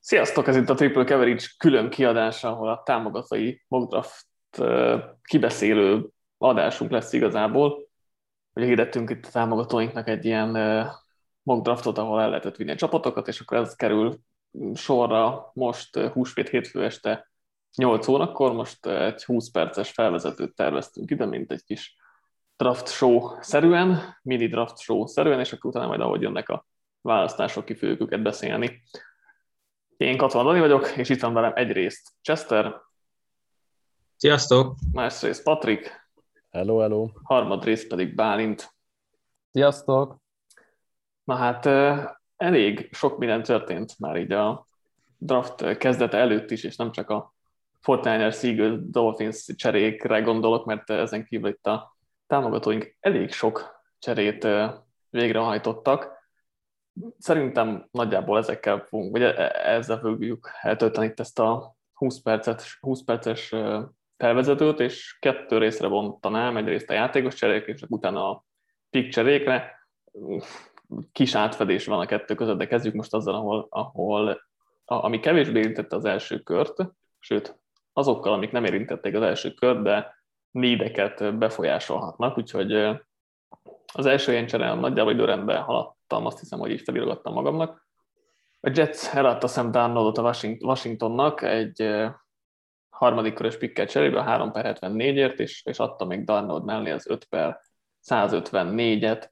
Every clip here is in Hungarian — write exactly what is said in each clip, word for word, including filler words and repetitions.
Sziasztok, ez itt a Triple Coverage külön kiadása, ahol a támogatói mock draft kibeszélő adásunk lesz igazából. Ugye hirdettünk itt a támogatóinknak egy ilyen mock draftot, ahol el lehetett vinni a csapatokat, és akkor ez kerül sorra most húsvét hétfő este nyolc órakor. Most egy húsz perces felvezetőt terveztünk ide, mint egy kis draft show-szerűen, mini draft show-szerűen, és akkor utána majd ahogy jönnek a választások, ki fogjuk őket beszélni. Én Katona Dani vagyok, és itt van velem egyrészt Chester. Sziasztok! Másrészt Patrik. Hello, hello! Harmadrészt pedig Bálint. Sziasztok! Na hát elég sok minden történt már így a draft kezdete előtt is, és nem csak a negyvenkilencesek Eagles Dolphins cserékre gondolok, mert ezen kívül itt a támogatóink elég sok cserét végrehajtottak. Szerintem nagyjából ezekkel fogunk, vagy ezzel fogjuk eltölteni itt ezt a húsz perces, húsz perces felvezetőt, és kettő részre bontanám, egyrészt a játékos cserék, és utána a pick cserékre. Kis átfedés van a kettő között, de kezdjük most azzal, ahol, ahol ami kevésbé érintette az első kört, sőt, azokkal, amik nem érintették az első kört, de nédeket befolyásolhatnak, úgyhogy az első ilyen csere nagyjából időrendben haladtam, azt hiszem, hogy így felirogattam magamnak. A Jets eladta Sam Darnoldot a Washingtonnak egy harmadik körös pickkel cserébe, a három per hetvennégyért, és, és adta még Darnold mellé az öt per százötvennégyet.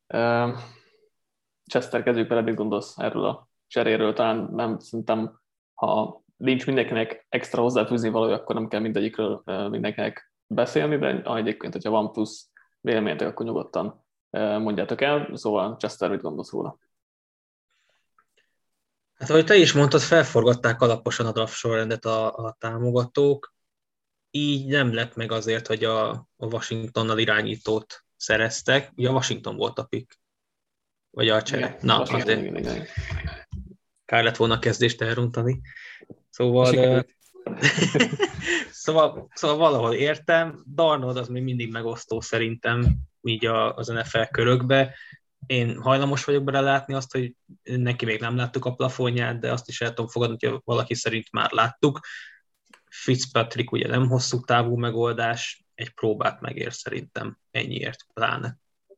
Chester, kezdjük vele, mit gondolsz erről a cseréről? Talán nem, szerintem, ha nincs mindenkinek extra hozzáfűzni valója, akkor nem kell mindegyikről mindenkinek beszélni, de egyébként, hogyha van plusz véleményetek, akkor nyugodtan mondjátok el. Szóval, Chester, mit gondolsz róla? Hát, ahogy te is mondtad, felforgatták alaposan a draft sorrendet a, a támogatók. Így nem lett meg azért, hogy a, a Washingtonnal irányítót szereztek. Ugye a Washington volt a pick. Vagy a csere. Igen, Na, Washington, azért igen, igen. kár lett volna a kezdést elrontani. Szóval... szóval, szóval valahol értem, Darnold az még mindig megosztó szerintem így a, az en ef el körökbe. Én hajlamos vagyok bele látni azt, hogy neki még nem láttuk a plafonját, de azt is el tudom fogadni, hogy valaki szerint már láttuk. Fitzpatrick ugye nem hosszú távú megoldás, egy próbát megér szerintem ennyiért pláne.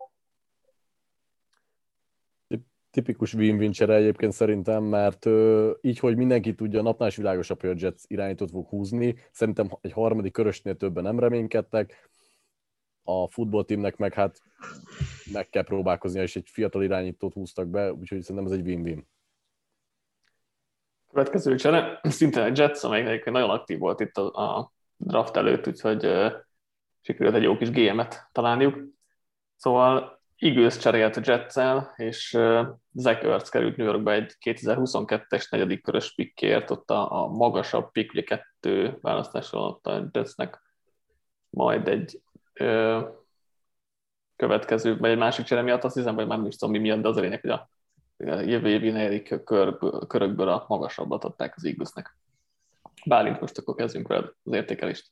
Tipikus win-win csere egyébként szerintem, mert ö, így, hogy mindenki tudja, a napnál is világosabb, hogy a Jets irányítót fog húzni. Szerintem egy harmadik körösnél többen nem reménykedtek. A futballteamnek meg hát meg kell próbálkoznia, és egy fiatal irányítót húztak be, úgyhogy szerintem ez egy win-win. Következő csere, szintén egy Jets, amelyik nagyon aktív volt itt a, a draft előtt, úgyhogy uh, sikerült egy jó kis gé em-et találniuk. Szóval Eagles cserélt a Jets-el, és uh, Zach Ertz került New Yorkba egy kétezer-huszonkettes negyedik körös pickért, ott a, a magasabb pick, ugye kettő választáson ott a Jetsnek majd egy uh, következő, vagy egy másik csere miatt, azt hiszem, hogy már nem is tudom mi miatt, de az a lényeg, hogy a jövő évi negyedik kör, körökből a magasabbat adták az Eaglesnek. Bálint, most akkor kezdjünk veled az értékelést.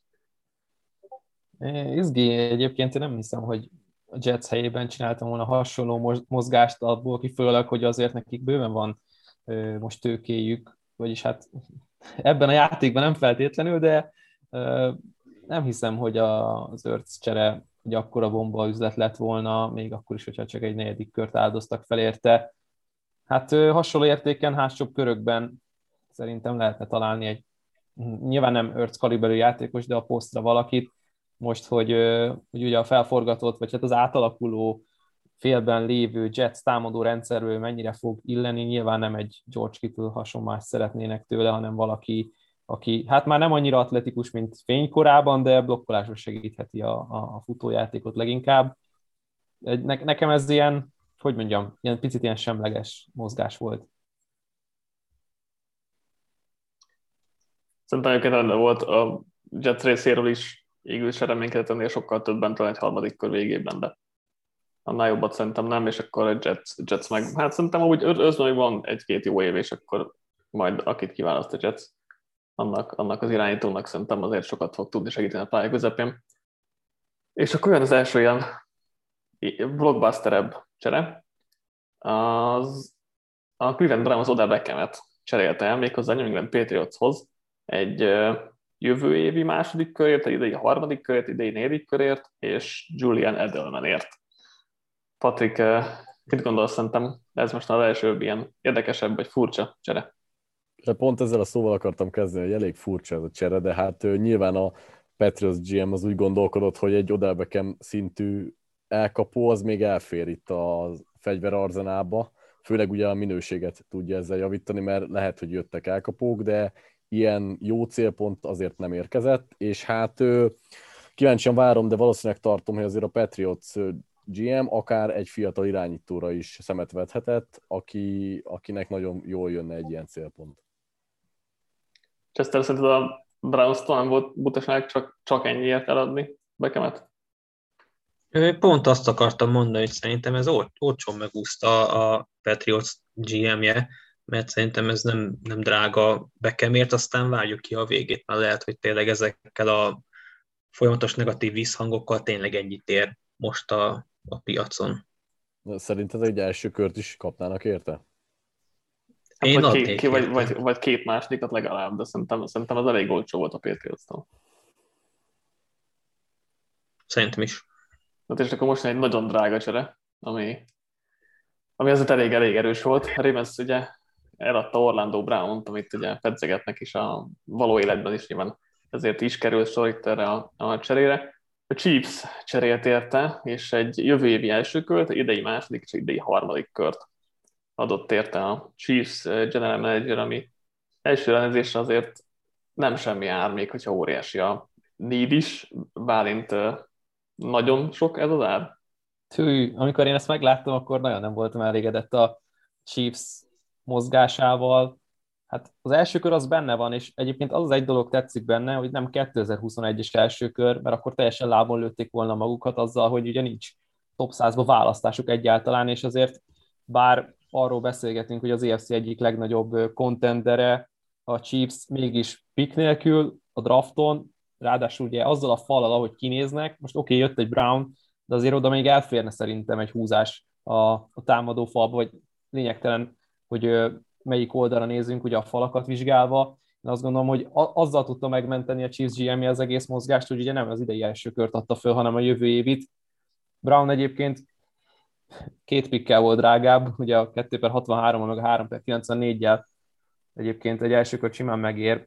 Izgi, egyébként én nem hiszem, hogy a Jets helyében csináltam volna hasonló mozgást abból kifolyólag, hogy azért nekik bőven van most tőkéjük, vagyis hát ebben a játékban nem feltétlenül, de nem hiszem, hogy az Ertz csere egy akkora bomba üzlet lett volna, még akkor is, hogyha csak egy negyedik kört áldoztak fel érte. Hát hasonló értéken, hátsóbb körökben szerintem lehetne találni egy, nyilván nem Ertz kaliberű játékos, de a posztra valakit. Most, hogy, hogy ugye a felforgatott, vagy hát az átalakuló félben lévő Jets támadó rendszerből mennyire fog illeni, nyilván nem egy George Kittle hasonlást szeretnének tőle, hanem valaki, aki hát már nem annyira atletikus, mint fénykorában, de blokkolásra segítheti a, a, a futójátékot leginkább. Ne, nekem ez ilyen, hogy mondjam, ilyen picit ilyen semleges mozgás volt. Szerintem egyébként rendben volt a Jets részéről is, Eagles se reménykedett ennél sokkal többen, talán egy harmadik kör végében, de annál jobbat szerintem nem, és akkor a Jets, Jets meg, hát szerintem úgy özben, hogy van egy-két jó év, és akkor majd akit kiválaszt a Jets, annak, annak az irányítónak szerintem azért sokat fog tudni segíteni a pálya közepén. És akkor jön az első ilyen blockbusterebb csere. Az, a Cleveland Browns Odell Beckhamet cserélte el, méghozzá a New England Patriotshoz egy jövő évi második körért, egy idei harmadik körért, idei negyedik körért, és Julian Edelmanért. Patrik, mit gondolsz, szerintem ez most az első ilyen érdekesebb vagy furcsa csere? Pont ezzel a szóval akartam kezdeni, hogy elég furcsa ez a csere, de hát nyilván a Patriots gé em az úgy gondolkodott, hogy egy Odell Beckham szintű elkapó az még elfér itt a fegyverarzenába, főleg ugye a minőséget tudja ezzel javítani, mert lehet, hogy jöttek elkapók, de ilyen jó célpont azért nem érkezett, és hát kíváncsian várom, de valószínűleg tartom, hogy azért a Patriots gé em akár egy fiatal irányítóra is szemet vethetett, aki, akinek nagyon jól jönne egy ilyen célpont. Chester, szerinted a Browns-tól nem volt butaság csak, csak ennyiért eladni Beckhamet? Pont azt akartam mondani, hogy szerintem ez olcsón megúszta a Patriots gé em-je, mert szerintem ez nem, nem drága Beckhamért, aztán várjuk ki a végét, mert lehet, hogy tényleg ezekkel a folyamatos negatív visszhangokkal tényleg ennyit ér most a, a piacon. Szerinted egy első kört is kapnának érte? Hát vagy, két, vagy, vagy, vagy két másodikat legalább, de szerintem, szerintem az elég olcsó volt a Patriots-tól. Szerintem is. Hát és akkor most egy nagyon drága csere, ami, ami azért elég, elég erős volt. Ravens ugye eladta Orlando Brown-t, amit ugye pedzegetnek is a való életben is, nyilván ezért is került sor itt erre a, a cserére. A Chiefs cserélt érte, és egy jövő évi első kört, egy idei második és egy idei harmadik kört adott érte a Chiefs general manager, ami első elnézésre azért nem semmi ár, még hogyha óriási a need is, bálint nagyon sok ez az ár. Hű, amikor én ezt megláttam, akkor nagyon nem voltam elégedett a Chiefs mozgásával. Hát az első kör az benne van, és egyébként az az egy dolog tetszik benne, hogy nem kétezer-huszonegyes első kör, mert akkor teljesen lábon lőtték volna magukat azzal, hogy ugye nincs top százba választásuk egyáltalán, és azért bár arról beszélgetünk, hogy az á ef cé egyik legnagyobb contendere a Chiefs, mégis pick nélkül a drafton, ráadásul ugye azzal a fallal, ahogy kinéznek, most oké, okay, jött egy Brown, de azért oda még elférne szerintem egy húzás a, a támadó falba, vagy lényegtelen, hogy melyik oldalra nézünk, ugye a falakat vizsgálva. Én azt gondolom, hogy azzal tudta megmenteni a Chiefs gé em-je az egész mozgást, hogy ugye nem az idei első kört adta föl, hanem a jövő évit. Brown egyébként két pikkel volt drágább, ugye a kettő per hatvanhárom, meg a három per kilencvennégyel egyébként egy első kört simán megér.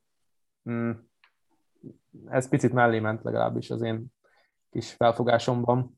Ez picit mellé ment legalábbis az én kis felfogásomban.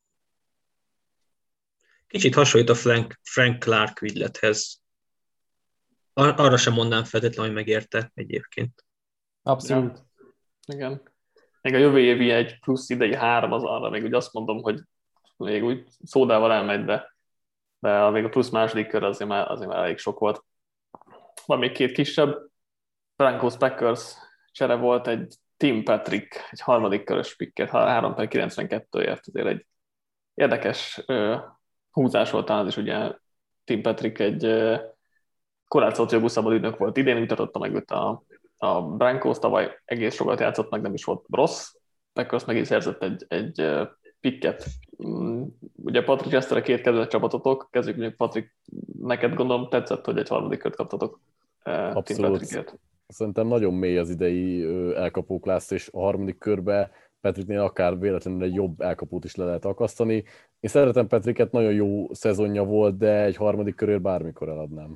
Kicsit hasonlít a Frank, Frank Clark ügylethez. Ar- arra sem mondnám feltétlenül, hogy megérte egyébként. Abszolút. Ja. Igen. Még a jövő évi egy plusz idei három az arra, még úgy azt mondom, hogy még úgy szódával elmegy, de, de még a plusz második kör azért már, azért már elég sok volt. Van még két kisebb. Broncos Packers csere volt egy Tim Patrick, egy harmadik körös picket, három per kilencvenkettőért, azért egy érdekes ö, húzás volt talán, és ugye Tim Patrick egy ö, korlátozott jogú szabad ügynök volt idén, mutatta meg őt a, a Broncos, tavaly egész sokat játszott, meg nem is volt rossz. Packers meg is szerzett egy, egy ö, picket. Ugye Patrick Chesterre két kedves csapatotok, kezdjük mondjuk Patrick, neked gondolom tetszett, hogy egy harmadik kört kaptatok uh, Tim Patrickért. Szerintem nagyon mély az idei elkapók lesz, és a harmadik körbe Patricknél akár véletlenül egy jobb elkapót is le lehet akasztani. Én szeretem Patricket, nagyon jó szezonja volt, de egy harmadik körért bármikor eladnám.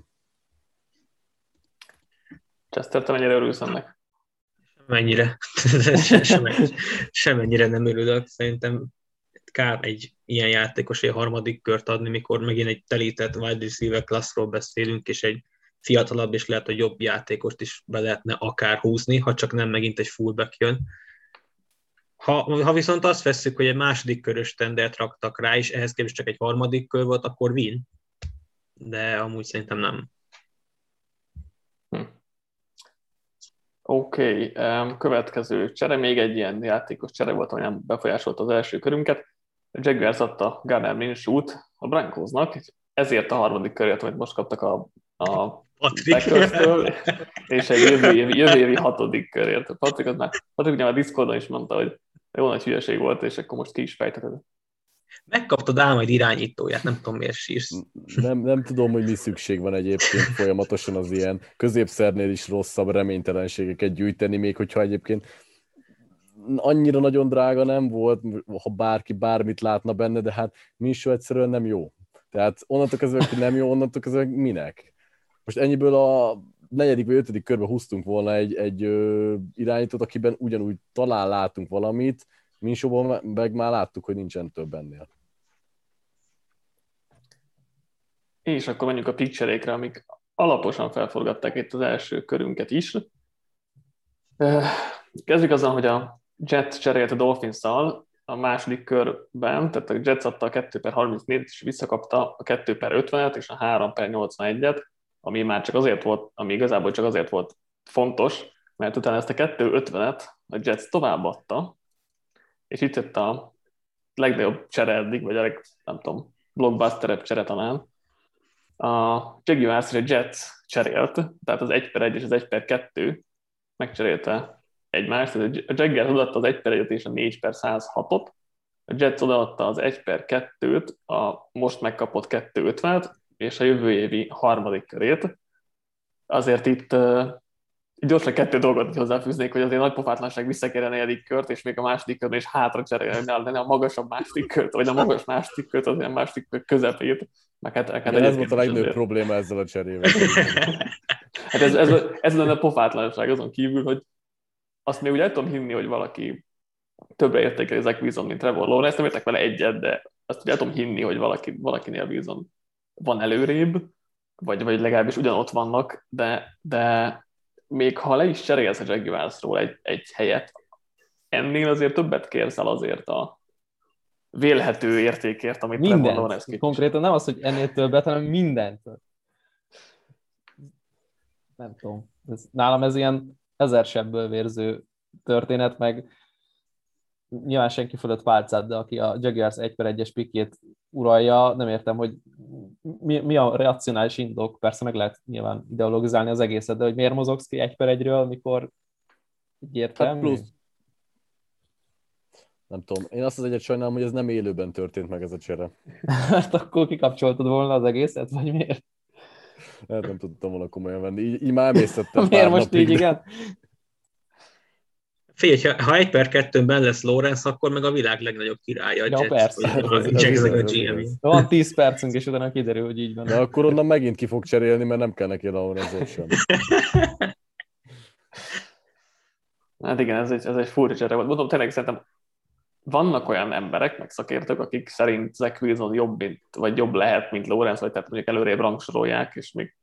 Chester, te mennyire örülsz ennek? Mennyire. Semennyire nem örülök. Szerintem kár egy ilyen játékos egy harmadik kört adni, mikor megint egy telített wide receiver classról beszélünk, és egy fiatalabb és lehet, hogy jobb játékost is be lehetne akár húzni, ha csak nem megint egy fullback jön. Ha, ha viszont azt vesszük, hogy egy második körös tendert raktak rá, és ehhez képest csak egy harmadik kör volt, akkor win. De amúgy szerintem nem. Hm. Oké, okay. Következő csere, még egy ilyen játékos csere volt, ami nem befolyásolta az első körünket. A Jaguars adta Gardner Minshew-t a Broncosnak, ezért a harmadik körért, amit most kaptak a, a Packers-től, és egy jövő évi, jövő évi hatodik körért. Patrick, az már, Patrick ugye már a Discordon is mondta, hogy jó nagy hülyeség volt, és akkor most ki is fejteted. Megkaptad ám egy irányítóját, nem tudom, miért sírsz. Nem, nem tudom, hogy mi szükség van egyébként folyamatosan az ilyen középszernél is rosszabb reménytelenségeket gyűjteni, még hogyha egyébként annyira nagyon drága nem volt, ha bárki bármit látna benne, de hát Minshew egyszerűen nem jó. Tehát onnantól kezdve, hogy nem jó, onnantól kezdve minek? Most ennyiből a negyedik vagy ötödik körben húztunk volna egy, egy ö, irányítót, akiben ugyanúgy talán látunk valamit, Minshewban meg már láttuk, hogy nincsen több ennél. És akkor menjünk a picture-ékre, amik alaposan felforgatták itt az első körünket is. Kezdjük azzal, hogy a Jets cserélt a Dolphins-szal a második körben, tehát a Jets adta a kettő per harmincnégyet, és visszakapta a kettő per ötvenet és a három per nyolcvanegyet, ami már csak azért volt, ami igazából csak azért volt fontos, mert utána ezt a kettő ötvenet a Jets továbbadta, és itt jött a legnagyobb csere eddig, vagy a leg, nem tudom, blockbusterebb csere talán. A Jaguars és a Jets cserélt, tehát az egy per egy és az egy per kettő megcserélte egymást, a Jaguars odaadta az egy per egyet és a négy per százhatot, a Jets odaadta az egy per kettőt, a most megkapott kettő ötvenet, és a jövő évi harmadik körét. Azért itt uh, gyorsan kettő dolgot hozzáfűznék, hogy azért nagy pofátlanság visszakérni a negyedik kört, és még a második körben is hátra cserélni, de a magasabb második kört, vagy a magas második kört, azért a második kör közepét. Meg hát, hát igen, ez volt a legnagyobb probléma ezzel a cserével. Hát ez, ez, ez lenne a pofátlanság azon kívül, hogy azt még úgy el tudom hinni, hogy valaki többre értékeli Zach Wilson, mint Trevor Lawrence, nem értek vele egyet, de azt úgy el tudom hinni, hogy valaki, valakinél Wilson van előrébb, vagy, vagy legalábbis ugyanott vannak, de, de még ha le is cserélsz a Jaguarsról egy, egy helyet, ennél azért többet kérsz el azért a vélhető értékért, amit Trevor Lawrence képvisel. Konkrétan nem az, hogy ennél többet, hanem mindent. Nem tudom. Ez, nálam ez ilyen ezer sebből vérző történet, meg nyilván senki fölött pálcát, de aki a Jaguars egy per egyes pikét uralja, nem értem, hogy mi, mi a racionális indok, persze meg lehet nyilván ideologizálni az egészet, de hogy miért mozogsz ki egy per egyről, mikor értelmű? Hát plusz, nem tudom, én azt az egyet sajnálom, hogy ez nem élőben történt meg ez a csere. Hát akkor kikapcsoltad volna az egészet, vagy miért? Hát nem tudtam volna komolyan venni, így, így már emésztettem. Miért most napig, így, igen? Figyelj, ha egy per kettőben lesz Lawrence, akkor meg a világ legnagyobb királya a ja, Jets. Persze. A Jacksek a gé em. Van tíz percünk, és utána kiderül, hogy így van. De akkor onnan megint ki fog cserélni, mert nem kell neki Lawrence-ot sem. Hát igen, ez egy, ez egy furcsa csere volt. Mondom, tényleg szerintem vannak olyan emberek, meg szakértők, akik szerint Zach Wilson jobb, mint, vagy jobb lehet, mint Lawrence, vagy tehát mondjuk előrébb rangsorolják, és még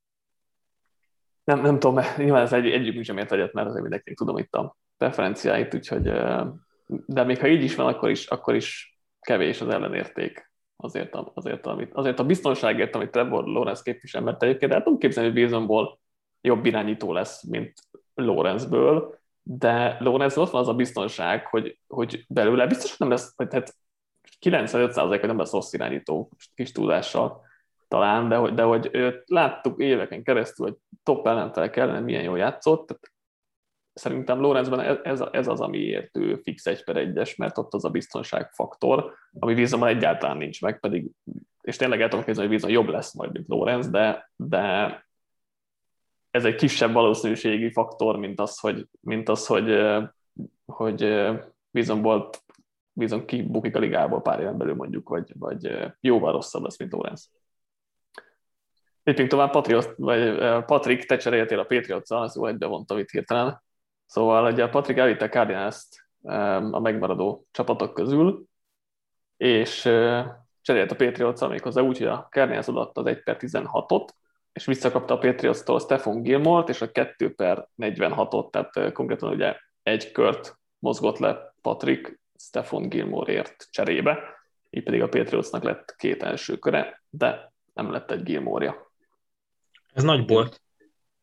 nem, nem tudom, nyilván ez egy, egyik sem ért egyet, mert azért mindenkinek tudom itt a preferenciáit, úgyhogy, de még ha így is van, akkor is, akkor is kevés az ellenérték azért a, azért, amit, azért a biztonságért, amit Trevor Lawrence képvisel, mert egyébként el tudom képzelni, hogy Wilsonból jobb irányító lesz, mint Lawrenceből, de Lawrence ott van az a biztonság, hogy, hogy belőle biztos, hogy nem lesz, tehát kilencvenöt százalék, hogy nem lesz rossz irányító kis tudással talán, de hogy, de hogy őt láttuk éveken keresztül, hogy top ellenfelek ellen milyen jól játszott, tehát szerintem Lawrence-ben ez, ez az, amiért ő fix egy per egyes, mert ott az a biztonságfaktor, ami Wilsonban egyáltalán nincs meg, pedig, és tényleg el tudom képzelni, hogy Wilson jobb lesz majd, mint Lawrence, de, de ez egy kisebb valószínűségi faktor, mint az, hogy, mint az, hogy, hogy Wilsonból Wilson kibukik a ligából pár éven belül mondjuk, vagy, vagy jóval rosszabb lesz, mint Lawrence. Lépjünk tovább, Patriot, vagy Patrick, te cseréltél a Patriots-szal, ezt jól egybevontam itt hirtelen. Szóval ugye Patrick elvitte a Cardinals-t a megmaradó csapatok közül, és cserélt a Patriots-szal méghozzá úgy, hogy a Cardinals odaadta az egy per tizenhatot, és visszakapta a Patriots-tól Stephon Gilmore-t, és a kettő per negyvenhatot, tehát konkrétan ugye egy kört mozgott le Patrick Stephon Gilmore-ért cserébe, így pedig a Patriotsnak lett két első köre, de nem lett egy Gilmore-ja. Ez nagy volt.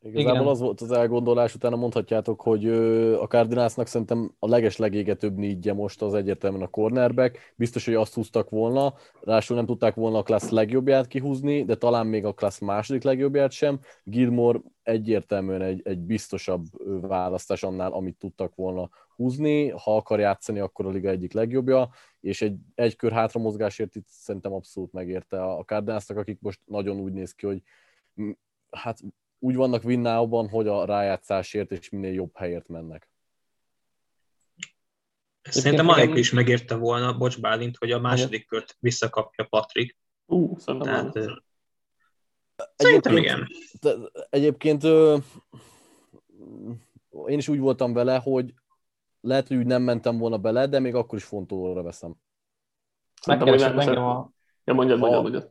Igazából Igen. az volt az elgondolás, utána mondhatjátok, hogy ö, a Cardinalsnak szerintem a legeslegégetőbb négyje most az egyértelműen a cornerback. Biztos, hogy azt húztak volna, ráadásul nem tudták volna a klassz legjobbját kihúzni, de talán még a klassz második legjobbját sem. Gilmore egyértelműen egy, egy biztosabb ö, választás annál, amit tudtak volna húzni. Ha akar játszani, akkor a liga egyik legjobbja, és egy, egy kör hátra mozgásért itt szerintem abszolút megérte a Cardinalsnak, akik most nagyon úgy néz ki, hogy mm, hát úgy vannak win-now-ban, hogy a rájátszásért és minél jobb helyért mennek. Szerintem Malek is megérte volna, bocs Bálint, hogy a második kört visszakapja Patrik. Ú, uh, szerintem Tehát, nem. Szerintem igen. Egyébként ö, én is úgy voltam vele, hogy lehet, hogy úgy nem mentem volna bele, de még akkor is fontolóra veszem. Megkeresett engem a... Ja, mondjad, mondjad, mondjad.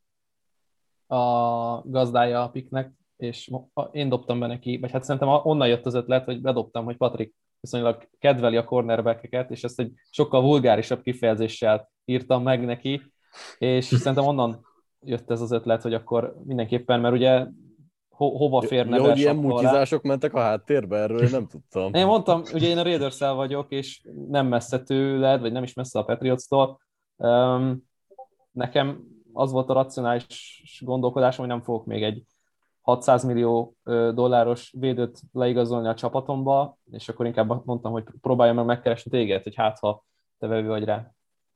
A gazdája a piknek, és én dobtam be neki, vagy hát szerintem onnan jött az ötlet, hogy bedobtam, hogy Patrik viszonylag kedveli a cornerbackeket, és ezt egy sokkal vulgárisabb kifejezéssel írtam meg neki, és szerintem onnan jött ez az ötlet, hogy akkor mindenképpen, mert ugye ho- hova férne ja, be hogy ilyen sapka alá. multizások mentek a háttérbe, erről én nem tudtam. Én mondtam, ugye én a Raiders-szel vagyok, és nem messze tőled, vagy nem is messze a Patriots-tól. Um, nekem az volt a racionális gondolkodásom, hogy nem fogok még egy hatszáz millió dolláros védőt leigazolni a csapatomba, és akkor inkább mondtam, hogy próbáljam meg megkeresni téged, hogy hát, ha te vevő vagy rá.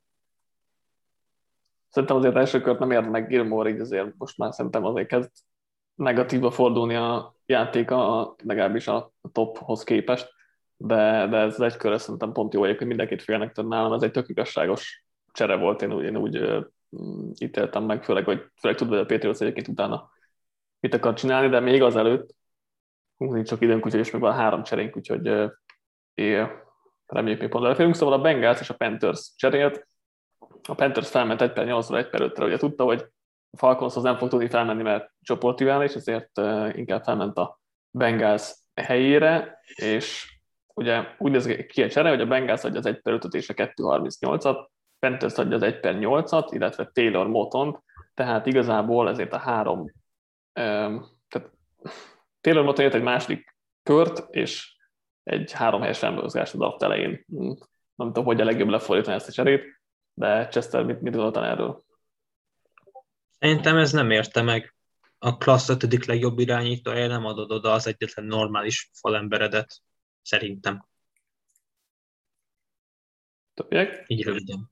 Szerintem azért első kört nem érd meg Gilmore, így azért most már szerintem azért kezd negatívba fordulni a játéka, legalábbis a tophoz képest, de, de ez egy kör, szerintem pont jó, hogy mindenkit félnek tört nálam, ez egy tök igazságos csere volt, én úgy, én úgy uh, ítéltem meg, főleg, hogy főleg tudod, hogy a Patriots egyébként utána mit akar csinálni, de még azelőtt, nincs csak időnk, úgyhogy és még van három cserénk, úgyhogy uh, reméljük még pont elférünk. Szóval a Bengals és a Panthers cserélt. A Panthers felment egy per nyolcra, egy per ötre, ugye tudta, hogy a Falconshoz nem fog tudni felmenni, mert csoportjúvál, és ezért uh, inkább felment a Bengals helyére, és ugye úgy néz ki a csere, hogy a Bengals adja az egy per ötöt és a kettő harmincnyolcat, Panthers adja az egy per nyolcat, illetve Taylor Motont, tehát igazából ezért a három, um, tehát Taylor Moton jött egy második kört, és egy három helyes elmozgás a draft elején. Nem tudom, hogy a legjobb lefordítani ezt a cserét, de Chester, mit, mit gondoltál erről? Szerintem ez nem érte meg. A klassz ötödik legjobb irányítója nem adod oda az egyetlen normális falemberedet. Szerintem. Többiek? Így röviden.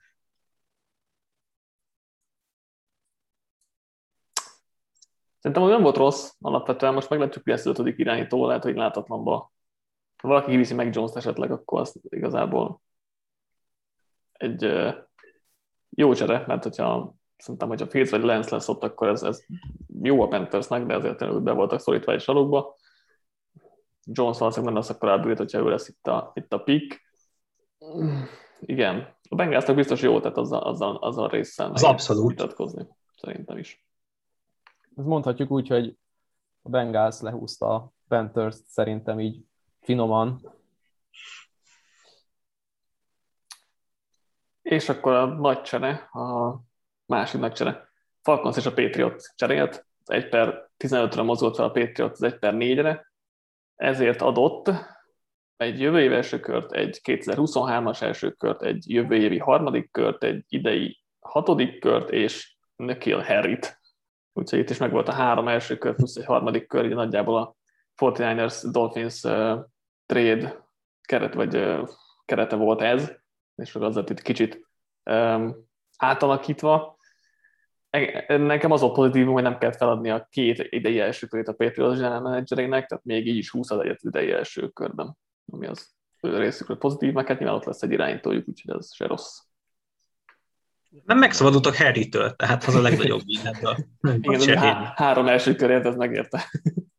Szerintem nem volt rossz, alapvetően most meglátjuk, hogy ezt az ötödik irányító, lehet, hogy látatlanba. Ha valaki kiviszi meg Jones-t esetleg, akkor az igazából egy uh, jó csere, mert hogyha szerintem, hogyha Fields vagy Lance lesz ott, akkor ez, ez jó a Panthersnek, de azért be voltak szorítva egy sarokba. Jones valószínűleg nem lesz akkor elbűjt, hogyha ő lesz itt a, itt a pick. Igen, a Bengalsnak biztos jó, tehát azzal, azzal, azzal a résszel az abszolút vitatkozni, szerintem is. Mondhatjuk úgy, hogy a Bengals lehúzta a Panthers szerintem így finoman. És akkor a nagy csere, a másik nagy csere. Falcons és a Patriots cserélt, az egy per tizenötre mozgott fel a Patriots az egy per négyre, ezért adott egy jövő évi első kört, egy kétezer-huszonhármas első kört, egy jövő évi harmadik kört, egy idei hatodik kört, és N'Keal Harryt. Úgyhogy itt is meg volt a három első kör, plusz egy harmadik kör, így nagyjából a negyvenkilencesek Dolphins uh, trade keret, vagy uh, kerete volt ez, és meg az itt kicsit um, átalakítva. Nekem az volt pozitívum, hogy nem kellett feladni a két idei első körét a Patriots general managerének, tehát még így is húsz az egyet idei első körben, ami az ő részükről pozitív, meg hát nyilván ott lesz egy irányítójuk, úgyhogy ez se rossz. Nem megszabadultak Harrytől, tehát az a legnagyobb mindenből. Igen, há- három első körért ez megérte.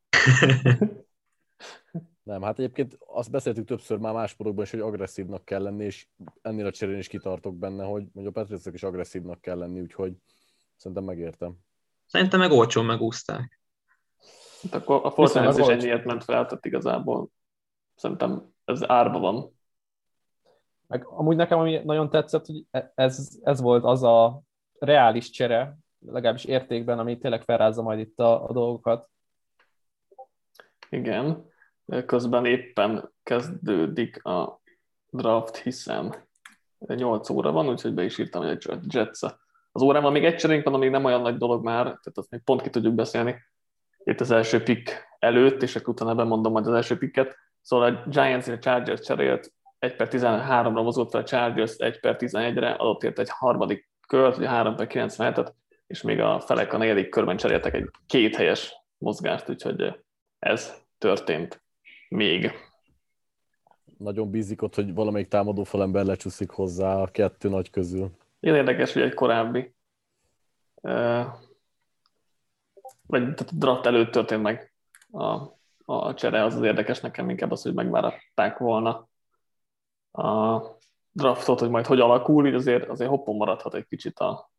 Nem, hát egyébként azt beszéltük többször már más porokban is, hogy agresszívnak kell lenni, és ennél a cserén is kitartok benne, hogy, hogy a Patriotsnak is agresszívnak kell lenni, úgyhogy szerintem megértem. Szerintem meg olcsón megúszták. Hát akkor a Fortnite is ennyiért ment fel, tehát igazából szerintem ez árba van. Meg amúgy nekem ami nagyon tetszett, hogy ez, ez volt az a reális csere, legalábbis értékben, ami tényleg felrázza majd itt a, a dolgokat. Igen. Közben éppen kezdődik a draft, hiszen nyolc óra van, úgyhogy be is írtam, hogy a Jets. Az órában még egy cserénk van, amíg nem olyan nagy dolog már, tehát azt még pont ki tudjuk beszélni itt az első pick előtt, és akkor utána bemondom majd az első picket. Szóval a Giants és a Chargers cserélt, egy per tizenháromra mozott fel a Chargers, egy per tizenegyre, adott ért egy harmadik kört, ugye három per kilencvenhetet, és még a felek a negyedik körben cseréltek egy két helyes mozgást, úgyhogy ez történt még. Nagyon bízik ott, hogy valamelyik támadó falember lecsúszik hozzá a kettő nagy közül. Én érdekes, hogy egy korábbi uh, vagy tehát a draft előtt történt meg a, a csere, az az érdekes nekem inkább az, hogy megváratták volna a draftot, hogy majd hogy alakul, így azért, azért hoppon maradhat egy kicsit a,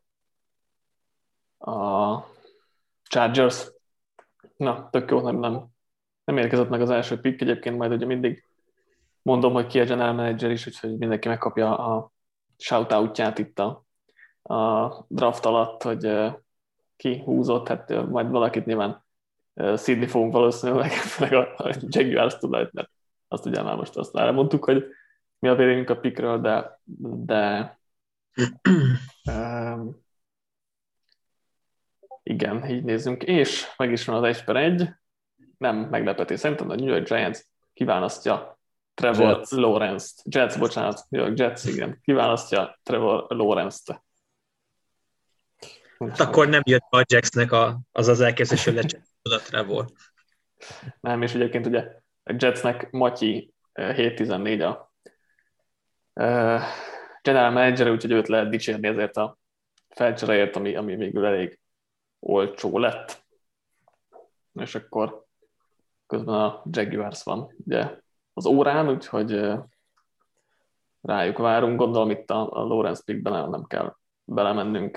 a Chargers. Na, tök jó, nem, nem, nem érkezett meg az első pick, egyébként majd ugye mindig mondom, hogy ki a general manager is, úgyhogy mindenki megkapja a shoutoutját itt a, a draft alatt, hogy uh, ki húzott, hát uh, majd valakit nyilván uh, szídni fogunk valószínűleg, meg a, a Jaguars tud, mert azt ugye már most azt elmondtuk, hogy mi a véleményünk a pickről, de, de um, igen, így nézzünk, és meg is van az egy per egy, nem meglepetés, szerintem a New York Giants kiválasztja Trevor Jets. Lawrence-t. Jets, bocsánat, New York Jets, igen, kiválasztja Trevor Lawrence-t. Hát akkor nem jött a Jacksnek a, az az elkezdés, hogy lecsettől a Trevor. Nem, és egyébként ugye a Jetsnek Matyi hét tizennégy a uh, general manager, úgyhogy őt lehet dicsérni ezért a felcseréért, ami, ami végül elég olcsó lett. És akkor közben a Jaguars van ugye az órán, úgyhogy rájuk várunk. Gondolom itt a, a Lawrence pickben nem, nem kell belemennünk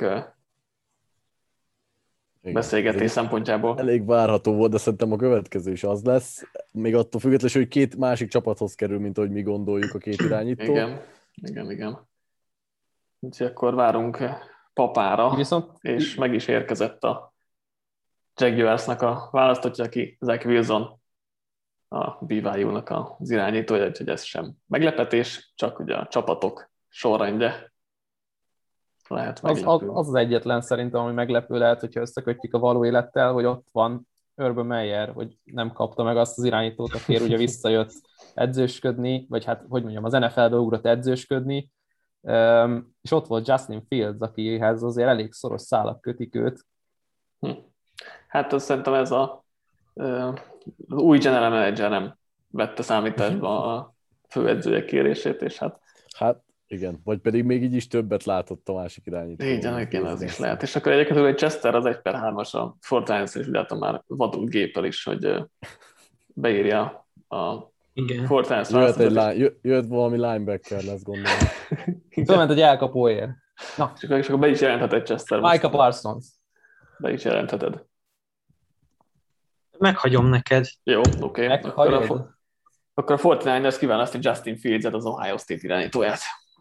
igen, beszélgetés szempontjából. Elég várható volt, de szerintem a következő is az lesz. Még attól függetlenül, hogy két másik csapathoz kerül, mint ahogy mi gondoljuk a két irányító. Igen, igen, igen. Úgyhogy akkor várunk papára, viszont... és meg is érkezett a Jaguarsnak a választottja, aki Zach Wilson, a bé vé u-nak az irányítója, úgyhogy ez sem meglepetés, csak ugye a csapatok sorrendje lehet meglepő. Az, az, az az egyetlen szerintem, ami meglepő lehet, hogyha összekötjük a való élettel, hogy ott van Urban Meyer, hogy nem kapta meg azt az irányítót, aki ugye visszajött edzősködni, vagy hát, hogy mondjam, az en ef el-be ugrott edzősködni, um, és ott volt Justin Fields, akihez azért elég szoros szálak kötik őt. Hm. Hát azt szerintem ez a az új general manager nem vette számításba a főedzője kérését, és hát... Hát igen, vagy pedig még így is többet látott a másik irányító. Igen, igen, az is lehet. És akkor egyébként egy Chester az egy per hármas a Fortnite-en, és ugye már vadult géppel is, hogy beírja a Fortnite-t. Jöhet, egy line, jöhet valami linebacker lesz, gondolom. Fölment egy elkapóért. Na. És akkor, és akkor be is jelenthet egy Chester. Micah Parsons. Be is jelentheted. Meghagyom neked. Jó, oké. Okay. Akkor, a, akkor a Fortnite-ers kiválasztja Justin Fields-et, az Ohio State irányítóját.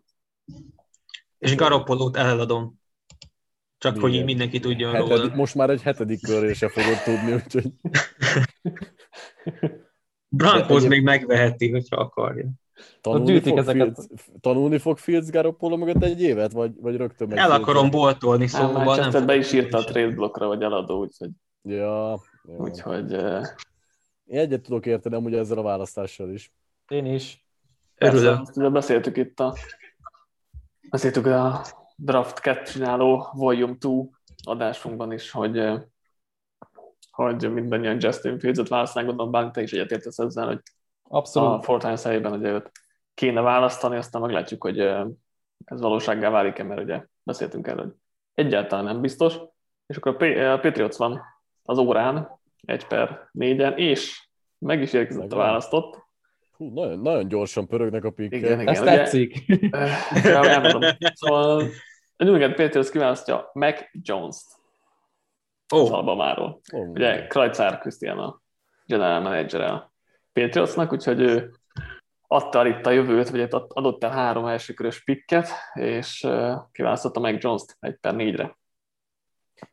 És Garoppolót eladom. Csak igen. Hogy mindenki tudjon Hetedik, róla. Most már egy hetedik körre se fogod tudni, úgyhogy... Broncos még megveheti, hogyha akarja. Tanulni fog, ezeket... Fields, tanulni fog Fields Garoppolo mögött egy évet, vagy, vagy rögtön meg... El akarom boltolni, szóval nem... nem be is írta a trade blockra, vagy eladó, úgyhogy... Ja, ja. Úgyhogy... Uh... Én egyet tudok érteni amúgy ezzel a választással is. Én is. Örülök. Ugye beszéltük itt a... Beszéltük a Draft kettő csináló Volume kettő adásunkban is, hogy, hogy mindannyian Justin Fields-et választanánk, gondolom bár te is egyetértesz ezzel, hogy abszolút. A Fortnite helyében ugye őt kéne választani, aztán meglátjuk, hogy ez valósággá válik-e, mert ugye beszéltünk erről, hogy egyáltalán nem biztos. És akkor a Patriots van az órán, egy per négyen, és meg is érkezett a választott. Hú, nagyon, nagyon gyorsan pörögnek a pikkek. Igen, igen. Ezt tetszik. Ugye, nem tudom. Szóval a New England Patriots kiválasztja Mac Jones-t oh. az Alabama-ról. Oh. Ugye Krajcár Krisztián a general manager a Patriotsnak, úgyhogy ő adta itt a jövőt, vagy adott el három elsőkörös pikket, és kiválasztotta Mac Jones-t egy per négyre.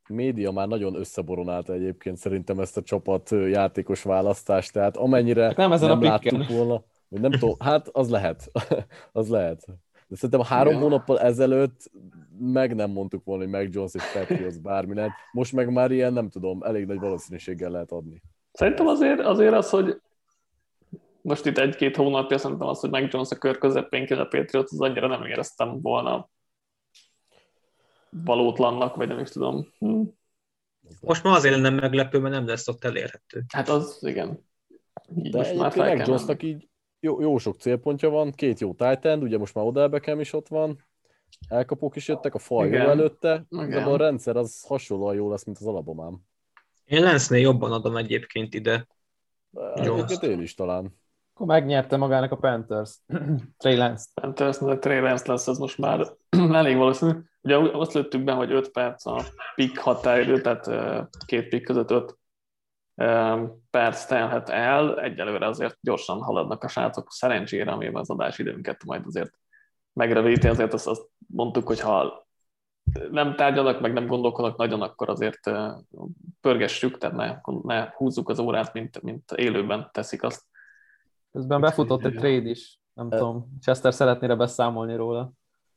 média már nagyon összeboronálta egyébként szerintem ezt a csapat játékos választást, tehát amennyire nem, ezen nem a láttuk volna, vagy nem tudom, hát az lehet, az lehet. De szerintem három Igen. hónappal ezelőtt meg nem mondtuk volna, hogy Mac Jones és Patriots bármi lehet. Most meg már ilyen, nem tudom, elég nagy valószínűséggel lehet adni. Szerintem azért, azért az, hogy most itt egy-két hónapja szerintem az, hogy Mac Jones a kör közepén kell a Patriots, az annyira nem éreztem volna valótlannak, vagy nem is tudom. Hm. Most már azért nem meglepő, mert nem lesz ott elérhető. Hát az, igen. Így De most már egyébként fel Mac kell Jonesnak menni. így jó, jó sok célpontja van, két jó tight end, ugye most már Odell Beckham is ott van, elkapók is jöttek, a fal jó Igen. előtte, Igen. de a rendszer az hasonlóan jó lesz, mint az Alabamám. Én Lance-nél jobban adom egyébként ide. Egyébként én is talán. Akkor megnyerte magának a Panthers. Trey Lance. Panthers, de Trey Lance lesz, ez most már elég valószínű. Ugye azt lőttük be, hogy öt perc a pick határidő, tehát két pick között öt perc telhet el. Egyelőre azért gyorsan haladnak a srácok, szerencsére, amivel az adásidőnket majd azért megrövidíti, azért azt, azt mondtuk, hogy ha nem tárgyalnak, meg nem gondolkodnak nagyon, akkor azért pörgessük, tehát ne, ne húzzuk az órát, mint, mint élőben teszik azt. Közben befutott egy trade is. Nem tudom, Chester szeretnél beszámolni róla.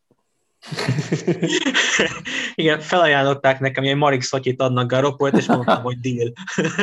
Igen, felajánlották nekem, hogy egy Marik Szotyit adnak Garoppót, és mondtam, hogy deal.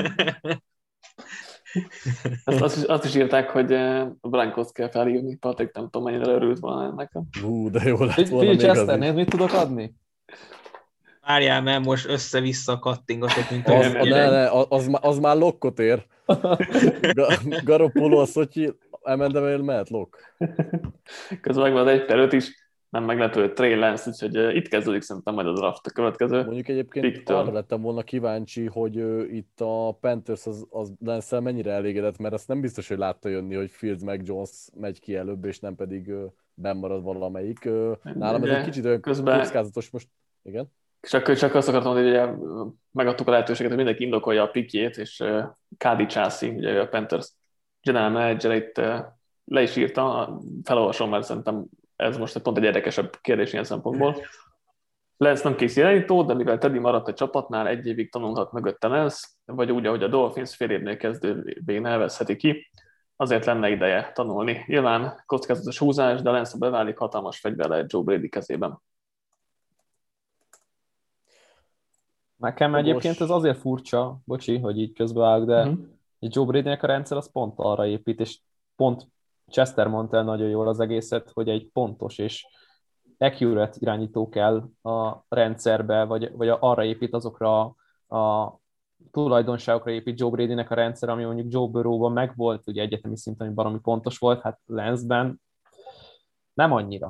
Azt, azt, is, azt is írták, hogy a Broncos kell felhívni. Patrik, nem tudom, mennyire örült volna ennek. Hú, de jó lett volna Phil még az Chester, is. nézd, mit tudok adni? Várjál, mert most össze-vissza kattingatok, mint Az, a a, ne, ne, az, az már lokkot ér. Ga- Garoppolo, a Szotyi, Emendemél mehet lokk. Közben megvan az egy per öt is, nem meglepő, hogy Trey Lance, úgyhogy uh, itt kezdődik szerintem majd a draft a következő. Mondjuk egyébként Pick-től. arra lettem volna kíváncsi, hogy uh, itt a Panthers az, az Lance-el mennyire elégedett, mert azt nem biztos, hogy látta jönni, hogy Fields meg Jones megy ki előbb, és nem pedig uh, benn marad valamelyik. Uh, nálam ez Ugye, egy kicsit olyan közben- kockázatos most. Igen? Csak, csak azt akartam mondani, hogy ugye megadtuk a lehetőséget, hogy mindenki indokolja a pikjét, és uh, Kádi Chassi, ugye a Panthers general manager itt uh, le is írta, felolvasom, mert szerintem ez most pont egy érdekesebb kérdés ilyen szempontból. Lance nem kész irányító, de mivel Teddy maradt a csapatnál, egy évig tanulhat mögötte Lance, vagy úgy, ahogy a Dolphins fél évnél kezdővé nevezheti ki, azért lenne ideje tanulni. Nyilván kockázatos húzás, de Lance beválik, hatalmas fegyver lehet Joe Brady kezében. Nekem Most- egyébként ez azért furcsa, bocsi, hogy így közbeállok, de Mhm. egy Joe Bradynek a rendszer az pont arra épít, és pont Chester mondta el nagyon jól az egészet, hogy egy pontos és accurate irányító kell a rendszerbe, vagy, vagy arra épít azokra a, a tulajdonságokra épít Joe Bradynek a rendszer, ami mondjuk Joe Burrow-ban megvolt, ugye egyetemi szinten, hogy baromi pontos volt, hát Lance-ben nem annyira.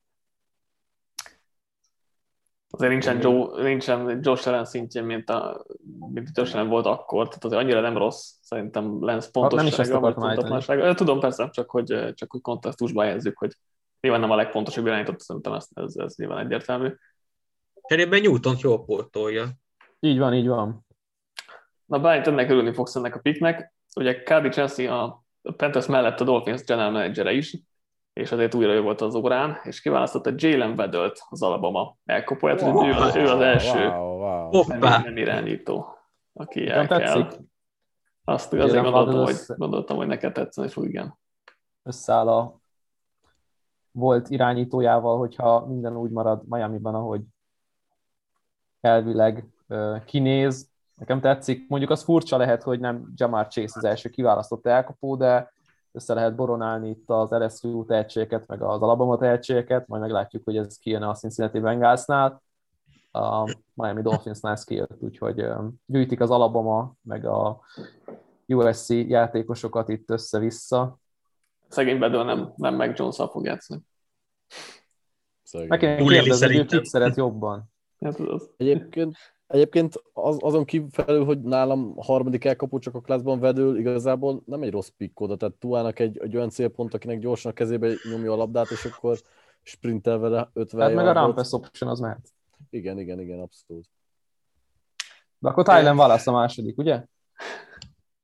Azért nincsen, Joe, nincsen Josh Allen szintjén, mint, a, mint Josh Allen volt akkor, tehát azért annyira nem rossz, szerintem Lance nem is ezt pontossága, vagy akartam állítani. pontatlansága. Tudom persze, csak hogy, csak hogy kontextusba helyezzük, hogy nyilván nem a legpontosabb irányított, szerintem ez, ez, ez nyilván egyértelmű. Cserében Newton jól portolja. Így van, így van. Na bármit ennek örülni fogsz ennek a picknek. Ugye Cardi Chelsea a Panthers mellett a Dolphins general managere is, és azért újra ő volt az órán, és kiválasztotta Jalen Waddle-t az Alabama elkapóját, wow, ő, az, ő az első Wow, wow. nem, Hoppá! nem irányító, aki Nekem el kell. tetszik. Azt Jalen azért gondoltam, Waddle hogy, össze- gondoltam, hogy neked tetszeni fog, igen. Összeáll a volt irányítójával, hogyha minden úgy marad Miamiban, ahogy elvileg ö, kinéz. Nekem tetszik. Mondjuk az furcsa lehet, hogy nem Jamar Chase az első kiválasztott elkapó, de össze lehet boronálni itt az el es u tehetségeket, meg az Alabama tehetségeket, majd meglátjuk, hogy ez kijön a Cincinnati Bengalsnál. A Miami Dolphinsnál ez kijött, úgyhogy ö, gyűjtik az Alabama, meg a u es cé játékosokat itt össze-vissza. Szegény Bedől nem, nem meg Jones-szal fog játszani. Szegény. Meg kéne Túléli kérdezni, hogy ő szerintem. kit szeret jobban. Hát az, az. Egyébként, egyébként az, azon kívül, hogy nálam a harmadik elkapó csak a klászban vedül, igazából nem egy rossz pick oda, tehát Tuának egy, egy olyan célpont, akinek gyorsan a kezébe nyomja a labdát, és akkor sprintel vele ötven Tehát meg a yardot. run pass option az mehet. Igen, igen, igen, abszolút. De akkor Tylen Wallace a második, ugye?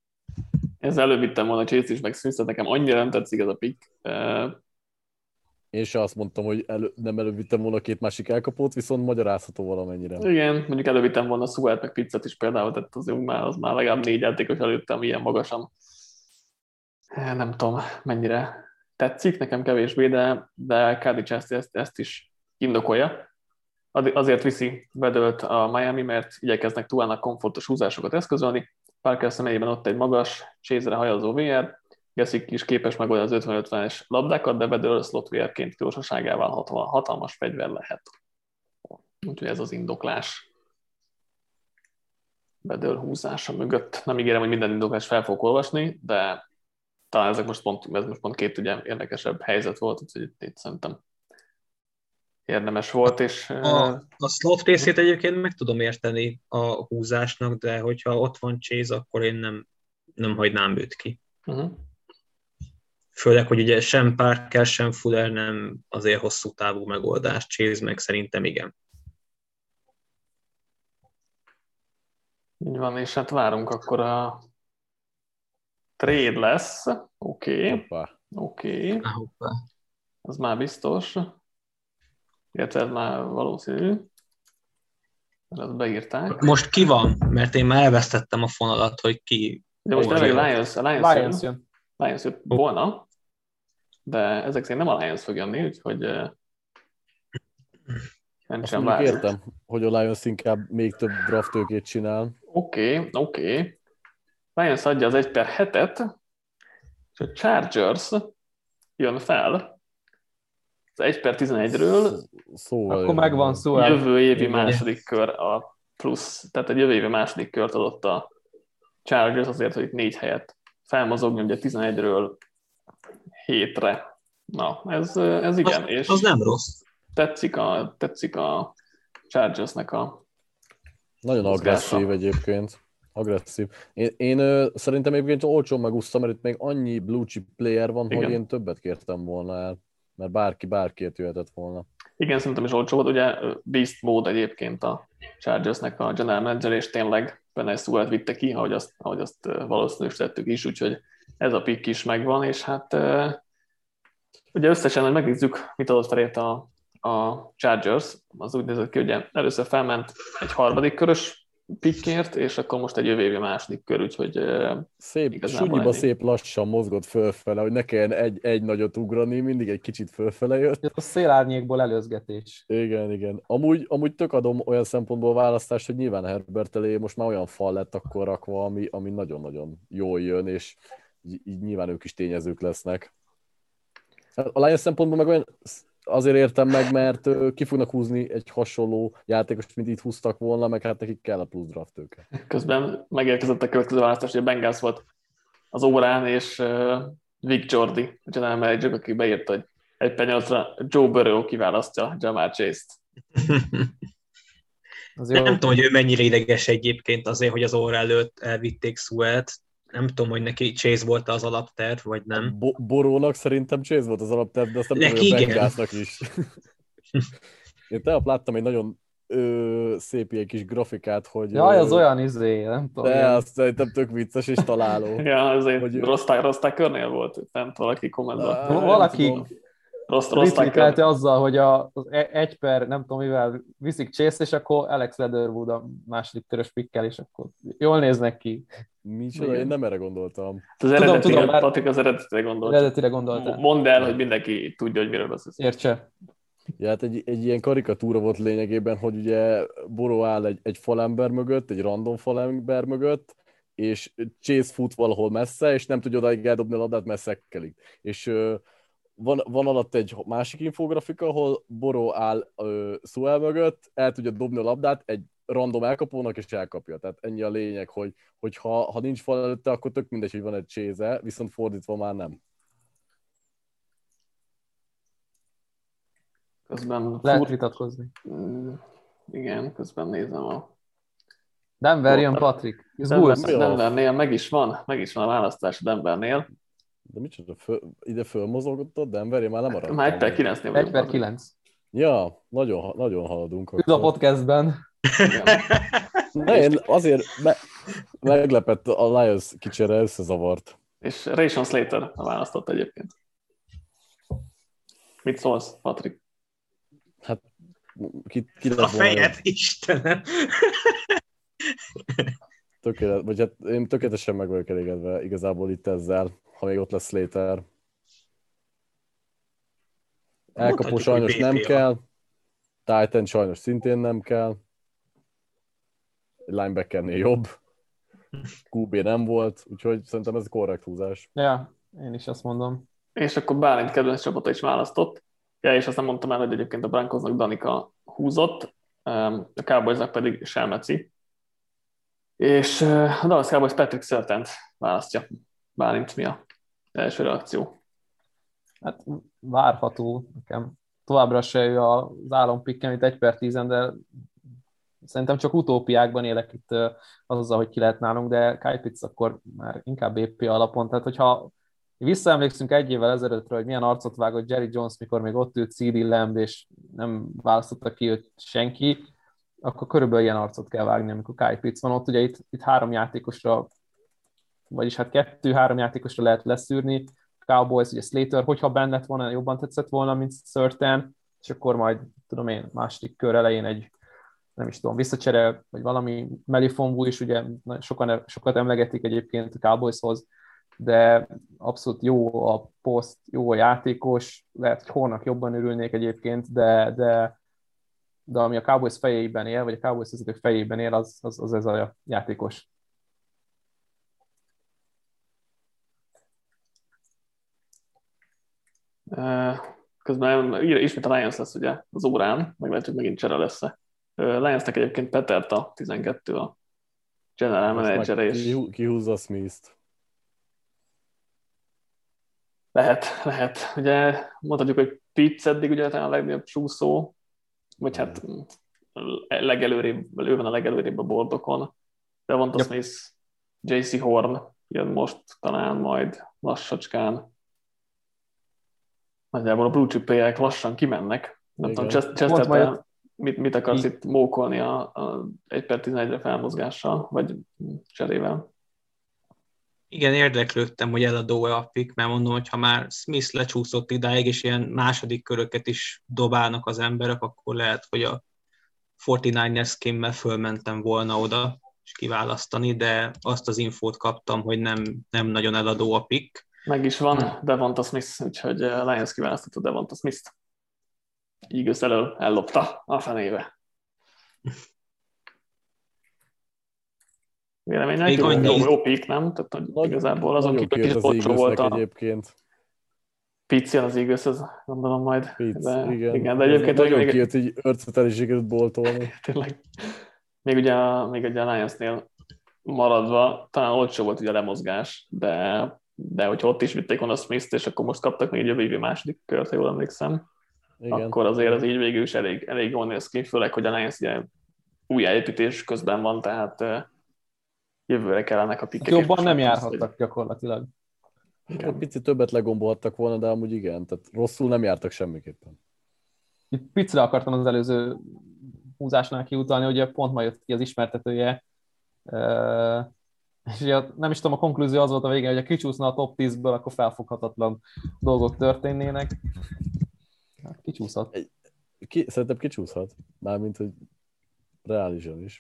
Ezzel előbb vittem volna Chase is, meg Smith, nekem annyira nem tetszik ez a pick. Uh, Én se azt mondtam, hogy elő, nem elővittem volna két másik elkapót, viszont magyarázható valamennyire. Igen, mondjuk elővittem volna Suelt meg Pizzet is például, tehát azért már, az már legalább négy játékos előttem ilyen magasan. Nem tudom, mennyire tetszik, nekem kevésbé, de, de Kadic ezt, ezt, ezt is indokolja. Azért viszi Bedölt a Miami, mert igyekeznek Tuának komfortos húzásokat eszközölni. Parker személyében ott egy magas, Chase-re hajazó vé er, Geszik is képes megoldani az ötven-ötvenes labdákat, de Bedöl slot vé er-ként gyorsaságával hatalmas fegyver lehet. Úgyhogy ez az indoklás Bedöl húzása mögött. Nem ígérem, hogy minden indoklást fel fogok olvasni, de talán ezek most pont, ez most pont két ugye érdekesebb helyzet volt, úgyhogy itt, itt szerintem érdemes volt. És, a, a slot részét egyébként meg tudom érteni a húzásnak, de hogyha ott van Chase, akkor én nem, nem hagynám őt ki. Uh-huh. Főleg, hogy ugye sem Parker, sem Fuller nem azért hosszú távú megoldás, Chase meg szerintem igen. Így van, és hát várunk akkor a trade lesz. Oké. Okay. Oké. Okay. Az már biztos. Illetve ez már valószínű. Ezt beírták. Most ki van? Mert én már elvesztettem a fonalat, hogy ki... De most nem Lions, a Lions, Lions jön. Lions jött volna, de ezek szerint nem a Lions fog jönni, úgyhogy nem sem várjuk. Értem, hogy a Lions inkább még több draftőkét csinál. Oké, okay, oké. Okay. Lions adja az egy per hetet, és a Chargers jön fel az egy per tizenegyről. Szóval akkor megvan szó. Jövő évi igen. Második kör a plusz, tehát egy jövő évi második kört adott a Chargers azért, hogy itt négy helyet felmozogni, ugye tizenegyről hétre. Na, ez, ez igen. Az, és az nem rossz. Tetszik a, tetszik a Chargersnek a nagyon mozgása. Agresszív egyébként. Agresszív. Én, én ö, szerintem egyébként olcsón megúsztam, mert itt még annyi blue chip player van, igen. hogy én többet kértem volna el, mert bárki bárkiért jöhetett volna. Igen, szerintem is olcsó volt. Ugye Beast Mode egyébként a Chargersnek a general manager, és tényleg benne egy Suelt vitte ki, ahogy azt, ahogy azt valószínűsítettük is, úgyhogy ez a pick is megvan, és hát ugye összesen, hogy megnézzük, mit adott felért a, a Chargers, az úgy nézett ki, ugye először felment egy harmadik körös pickért, és akkor most egy jövő évi második kör, úgyhogy szép, sunyiba szép lassan mozgott fölfele, hogy ne kelljen egy, egy nagyot ugrani, mindig egy kicsit fölfele jött. A szélárnyékból előzgetés. Igen, igen. Amúgy, amúgy tök adom olyan szempontból választást, hogy nyilván Herbert elé most már olyan fal lett akkor rakva, ami, ami nagyon-nagyon jól jön, és így, így nyilván ők is tényezők lesznek. A Lions szempontból meg olyan azért értem meg, mert ki fognak húzni egy hasonló játékost, mint itt húztak volna, meg hát nekik kell a plusz draft tőke. Közben megérkezett a következő választás, hogy a Bengals volt az órán, és Vic Jordi, a general manager, aki beírta, hogy egy penyolcra Joe Burrow kiválasztja Jamar Chase-t. Nem tudom, hogy ő mennyire ideges egyébként azért, hogy az óra előtt elvitték Suelt. Nem tudom, hogy neki Chase volt az alapterv, vagy nem. Bo- Borónak szerintem Chase volt az alapterv, de azt nem tudom, hogy a Bengalsnak is. Én tegnap láttam egy nagyon ö, szép ilyen kis grafikát, hogy... Jaj, az ö, olyan izé, nem tudom. De azt szerintem tök vicces és találó. Ja, azért hogy Rosták körnél volt, fent valaki kommentben. Valaki retweetelte azzal, hogy a, az egy per, nem tudom mivel viszik Chase, és akkor Alex Leatherwood a második körös pickkel, és akkor jól néznek ki. Micsoda, én nem erre gondoltam. Az eredetire, tudom, tudom, Patrik, az eredetire gondolt. Eredetire gondoltál. Mondd el, hogy mindenki tudja, hogy miről beszélsz. Értse. Ja, hát egy, egy ilyen karikatúra volt lényegében, hogy ugye Burrow áll egy, egy falember mögött, egy random falember mögött, és Chase fut valahol messze, és nem tudja odaig eldobni a labdát, mert szekkelik. És Van, van alatt egy másik infografika, ahol Burrow áll uh, Sewell mögött, el tudja dobni a labdát egy random elkapónak, és elkapja. Tehát ennyi a lényeg, hogy, hogy ha, ha nincs fal előtte, akkor tök mindegy, hogy van egy Chase-e, viszont fordítva már nem. Közben... Lehet fur... vitatkozni. Igen, közben nézem a... Denver jön, Patrik. Denver, Denvernél meg is van, meg is van a választás Denvernél. De micsoda, föl, ide fölmozogottad, Denver, én már nem maradtam. Már egy per kilencnél vagyok. egy per kilenc. Ja, nagyon, nagyon haladunk. Üdv a podcastben. Ne, én azért me, meglepett a Lions kicsere, összezavart. És Rayshon Slater a választott egyébként. Mit szólsz, Patrik? Hát ki, ki A fejet, Istenem! Tökélet, vagy hát én tökéletesen meg vagyok elégedve igazából itt ezzel, ha még ott lesz Slater. Elkapó sajnos nem kell, Titan sajnos szintén nem kell, linebackernél jobb, kú bé nem volt, úgyhogy szerintem ez korrekt húzás. Ja, én is azt mondom. És akkor Bálint kedvenc csapata is választott. Ja, és azt nem mondtam el, hogy egyébként a Broncosnak Danica húzott, a Cowboysnak pedig Selmeci. És a Dallas Cowboys Patrick Surtain választja. Bálint, mi a első reakció? Hát várható nekem. Továbbra se ő az álompikkem itt egy per tízen, de szerintem csak utópiákban élek itt azzal, hogy ki lehet nálunk, de Kyle Pitts akkor már inkább bé pé alapon. Tehát, hogyha visszaemlékszünk egy évvel ezelőttről, hogy milyen arcot vágott Jerry Jones, mikor még ott ült cé dé Lamb, és nem választotta ki őt senki, akkor körülbelül ilyen arcot kell vágni, amikor Kyle Pitts van ott. Ugye itt, itt három játékosra, vagyis hát kettő-három játékosra lehet leszűrni. Cowboys, ugye Slater, hogyha bennett volna, jobban tetszett volna, mint Surtain, és akkor majd, tudom én, második kör elején egy, nem is tudom, visszacsere, vagy valami Melifonwu is, ugye sokan, sokat emlegetik egyébként a Cowboyshoz, de abszolút jó a poszt, jó a játékos, lehet, hogy Hornak jobban örülnék egyébként, de, de, de ami a Cowboys fejében él, vagy a Cowboys vezetők fejében él, az, az, az ez a játékos. Közben ismét a Lions lesz ugye az órán, meg lehet, hogy megint csere lesz-e. Lionsnek egyébként Peterta tizenkettő a general manager, és kihúzza Smith-t. Lehet, lehet. Ugye mondhatjuk, hogy Pitts eddig ugye a legnagyobb csúszó, vagy hát legelőrébb, ő van a legelőrébb a bordokon. Devonta yep. Smith, jé cé Horn jön most talán majd lassacskán. Nagyjából a blue chip-ek lassan kimennek. Nem tudom, Chester, majd... mit, mit akarsz I... itt mókolni a, a egy per tizenegyre felmozgással, vagy cserével? Igen, érdeklődtem, hogy eladó-e a pick, mert mondom, hogy ha már Smith lecsúszott idáig, és ilyen második köröket is dobálnak az emberek, akkor lehet, hogy a negyvenkilences scheme-mel fölmentem volna oda, és kiválasztani, de azt az infót kaptam, hogy nem, nem nagyon eladó a pick. Meg is van Devonta Smith, úgyhogy Lions kiválasztotta Devonta Smith-t. Eagles elől ellopta a fenébe. Véleménynek jó, jó, jó pick, nem? Tehát, hogy nagy, igazából azon kívül kicsit olcsó volt a... Egyébként. Pitts jön az Eagleshez, gondolom majd. Pitts, de, igen. igen. De egyébként... Nagyon még, kijött, hogy örcet el is sikerült boltolni. Tényleg. Még ugye, a, még ugye a Lionsnél maradva, talán olcsó volt ugye a lemozgás, de, de hogyha ott is vitték volna a Smith-t, és akkor most kaptak még egy jövő második kört, ha jól emlékszem, igen. Akkor azért az így végül is elég, elég jól néz ki, főleg, hogy a Lions ugye újjáépítés közben van, tehát jövőre kellenek a pikkek. Jobban nem járhattak hogy... gyakorlatilag. Egy picit többet legombolhattak volna, de amúgy igen, tehát rosszul nem jártak semmiképpen. Itt picire akartam az előző húzásnál kiutalni, ugye pont ma jött ki az ismertetője, és ugye nem is tudom, a konklúzió az volt a végén, hogy ha kicsúszna a top tízből, akkor felfoghatatlan dolgok történnének. Kicsúszhat. Ki, szerintem kicsúszhat, mármint, hogy reálisan is.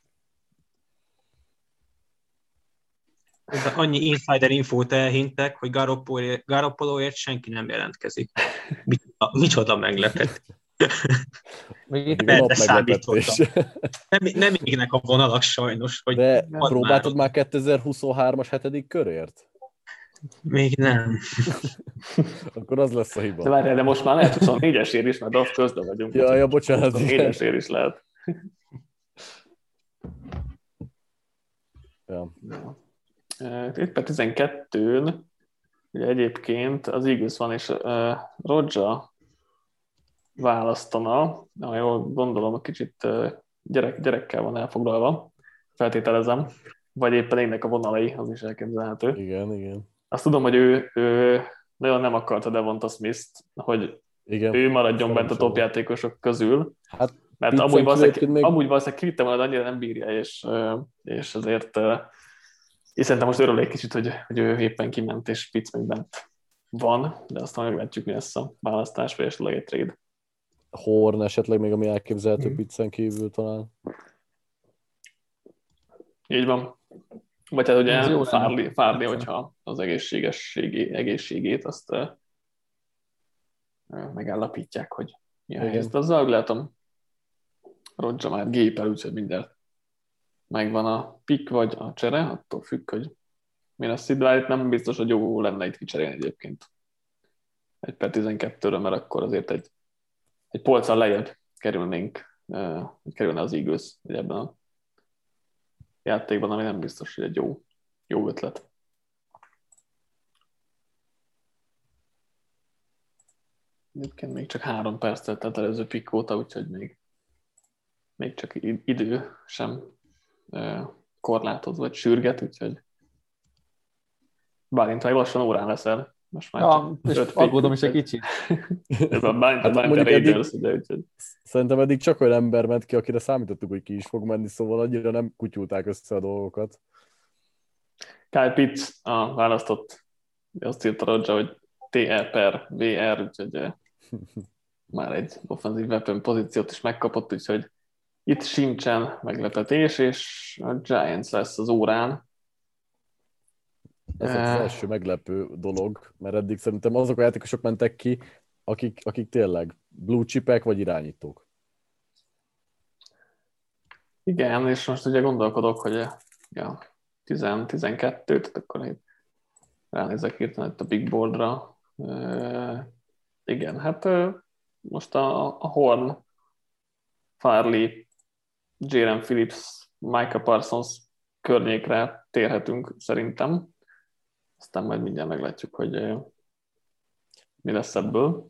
De annyi insider infót elhintek, hogy Garoppoloért senki nem jelentkezik. Micsoda, micsoda meglepet. Még itt Erre számítottam. Nem, nem égnek a vonalak sajnos. Hogy de próbáltad már kétezer-huszonhármas hetedik körért? Még nem. Akkor az lesz a hiba. De várjál, de most már lehet huszonnégyes ér is, mert draft közben vagyunk. Ja, ja, bocsánat. huszonnégyes ér is lehet. Ja. Itt per tizenkettőn ugye egyébként az Eagles van, és uh, Roger választana, de jól gondolom, kicsit uh, gyerek, gyerekkel van elfoglalva, feltételezem, vagy éppen égnek a vonalai, az is elképzelhető. Igen, igen. Azt tudom, hogy ő, ő nagyon nem akarta Devonta Smith-t, hogy igen, ő maradjon bent a topjátékosok közül, hát, mert amúgy valószínűleg, még... amúgy valószínűleg kivitte volna, annyira nem bírja, és, és azért és szerintem most örül egy kicsit, hogy, hogy ő éppen kiment, és Pitts még bent van, de aztán meglátjuk, mi lesz a választás, vagy esetleg egy trade. Horn esetleg még, ami elképzelhető Mm. Pitzen kívül talán. Így van. Vagy hát Ez jó ugye lenne. Farley, Farley, Tetszene. hogyha az egészségességi, egészségét azt uh, megállapítják, hogy mi a Igen. helyzet. Azzal úgy látom, Roger már gépel, úgyhogy mindjárt megvan a pick vagy a csere, attól függ, hogy mi lesz itt, de nem biztos, hogy jó lenne itt kicserélni egyébként. Egy per tizenkettőre, mert akkor azért egy, egy polccal lejjebb kerülnénk, uh, kerülne az Eagles ebben a játékban, ami nem biztos, hogy egy jó, jó ötlet. Egyébként még csak három percet telt előző pick óta, úgyhogy még, még csak idő sem uh, korlátoz, vagy sürget, úgyhogy Bálint meg lassan órán leszel. Most már Ja, csak és öt aggódom pick, is egy kicsit. Ez a Bálint, Hát a Bálint a mondjuk eddig- Raiders, ugye, úgyhogy Szerintem eddig csak olyan ember ment ki, akire számítottuk, hogy ki is fog menni, szóval annyira nem kutyulták össze a dolgokat. Kyle Pitts a választott, azt írta Roger, hogy té e per vé er, úgyhogy eh, már egy offensive weapon pozíciót is megkapott, úgyhogy itt sincsen meglepetés, és a Giants lesz az órán. Ez az Eh. első meglepő dolog, mert eddig szerintem azok a játékosok mentek ki, akik, akik tényleg blue chipek vagy irányítók. Igen, és most ugye gondolkodok, hogy eh, ja, tíz tizenkettő, tehát akkor én ránézek hirtelen itt a big boardra. E, igen, hát e, most a, a Horn, Farley, Jalen Phillips, Micah Parsons környékre térhetünk szerintem. Aztán majd mindjárt meglátjuk, hogy e, mi lesz ebből.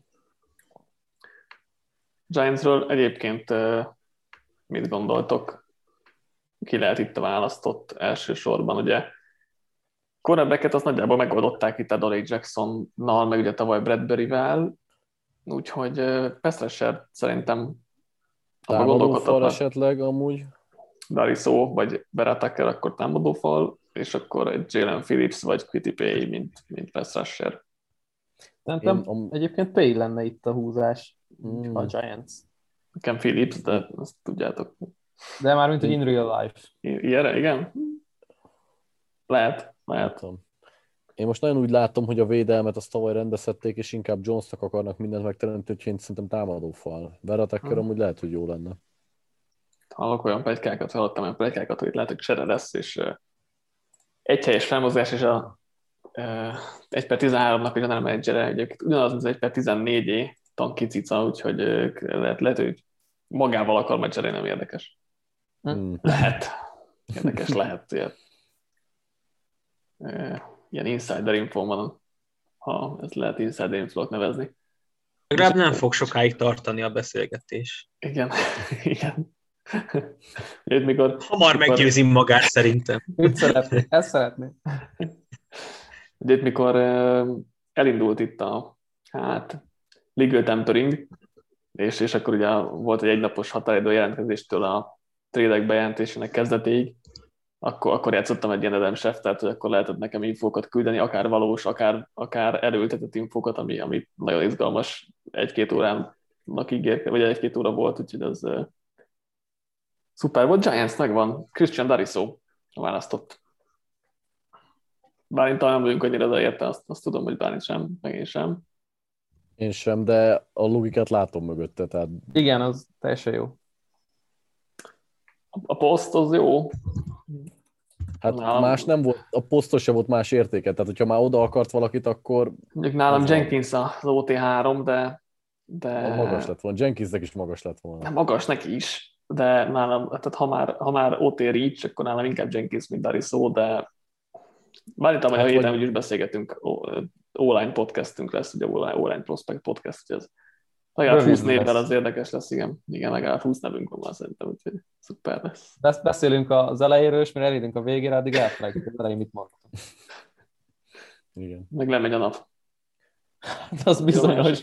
Giantsről egyébként e, mit gondoltok? Ki lehet itt a választott elsősorban, ugye quarterbacket azt nagyjából megoldották itt a Dory Jacksonnal, meg ugye tavaly Bradburyvel, úgyhogy uh, pass rusher szerintem abban Támadófal gondolkodhatnak. esetleg amúgy. Dariso vagy Berattaker, akkor támadófal, és akkor egy Jalen Phillips vagy Quitty Pay, mint, mint pass rusher. Szerintem Én am- egyébként Pay lenne itt a húzás, Mm. a Giants. Nekem Phillips, de azt tudjátok. De már mint hogy in real life. I- Ilyenre, igen? Lehet, lehet. Látom. Én most nagyon úgy látom, hogy a védelmet azt tavaly rendezhették, és inkább Jonesnak akarnak mindent megteremteni, úgyhogy én szerintem támadófal. Berattaker Hmm. amúgy lehet, hogy jó lenne. Hallok olyan pletykákat, hallottam olyan pletykákat, hogy lehet, hogy csere lesz, és uh, egy helyes felmozgás, és a uh, egy per tizenháromnak a general manager-e egyébként ugyanaz, mint az egy per tizennégyé, Tanki Cica, úgyhogy uh, lehet, lehet, hogy magával akar majd cserélni, nem érdekes. Hmm. Lehet. Érdekes lehet. Ilyen, uh, ilyen insider info van, ha ezt lehet insider info-t nevezni. Legalább nem fog sokáig tartani a beszélgetés. Igen, igen. Itt mikor, Hamar mikor, meggyőzi magát szerintem. Mit szeretnék? Ezt szeretnék. Ugye itt mikor uh, elindult itt a hát, legal tempering, és, és akkor ugye volt egy egynapos határidő jelentkezéstől a trade-ek bejelentésének kezdetéig, akkor, akkor játszottam egy ilyen Adam Scheftert, hogy akkor lehetett nekem infókat küldeni, akár valós, akár, akár erőltetett infókat, ami, ami nagyon izgalmas egy-két órának ígér, vagy egy-két óra volt, úgyhogy az uh, szuper volt. Giants megvan, Christian Dariso választott. Bálint talán vagyunk annyira, de érte, azt, azt tudom, hogy Bálint sem, meg én sem. Én sem, de a logikát látom mögötte, tehát Igen, az teljesen jó. A poszt az jó. hát Nálam- más nem volt, a posztos sem volt más értéke, tehát hogyha már oda akart valakit, akkor Mondjuk nálam Ez van. Jenkins az o té három, de, de magas lett volna. Jenkinsnek is magas lett volna. nem magas neki is, de nálam, tehát ha már, ha már o té reach, akkor nálam inkább Jenkins, mint Dariso, de bár itt, Hát a héten vagy- úgy is beszélgetünk, o- online podcastünk lesz, ugye online, online prospect podcast, hogy ez legalább Rövid húsz névvel lesz. az érdekes lesz, igen. Igen, legalább húsz nevünk van már szerintem, úgyhogy szuper lesz. Besz- Beszélünk az elejéről, és mire elérünk a végére, addig elfelejtjük az elején mit mondtam. Igen. Meg lemegy a nap. Hát az bizonyos.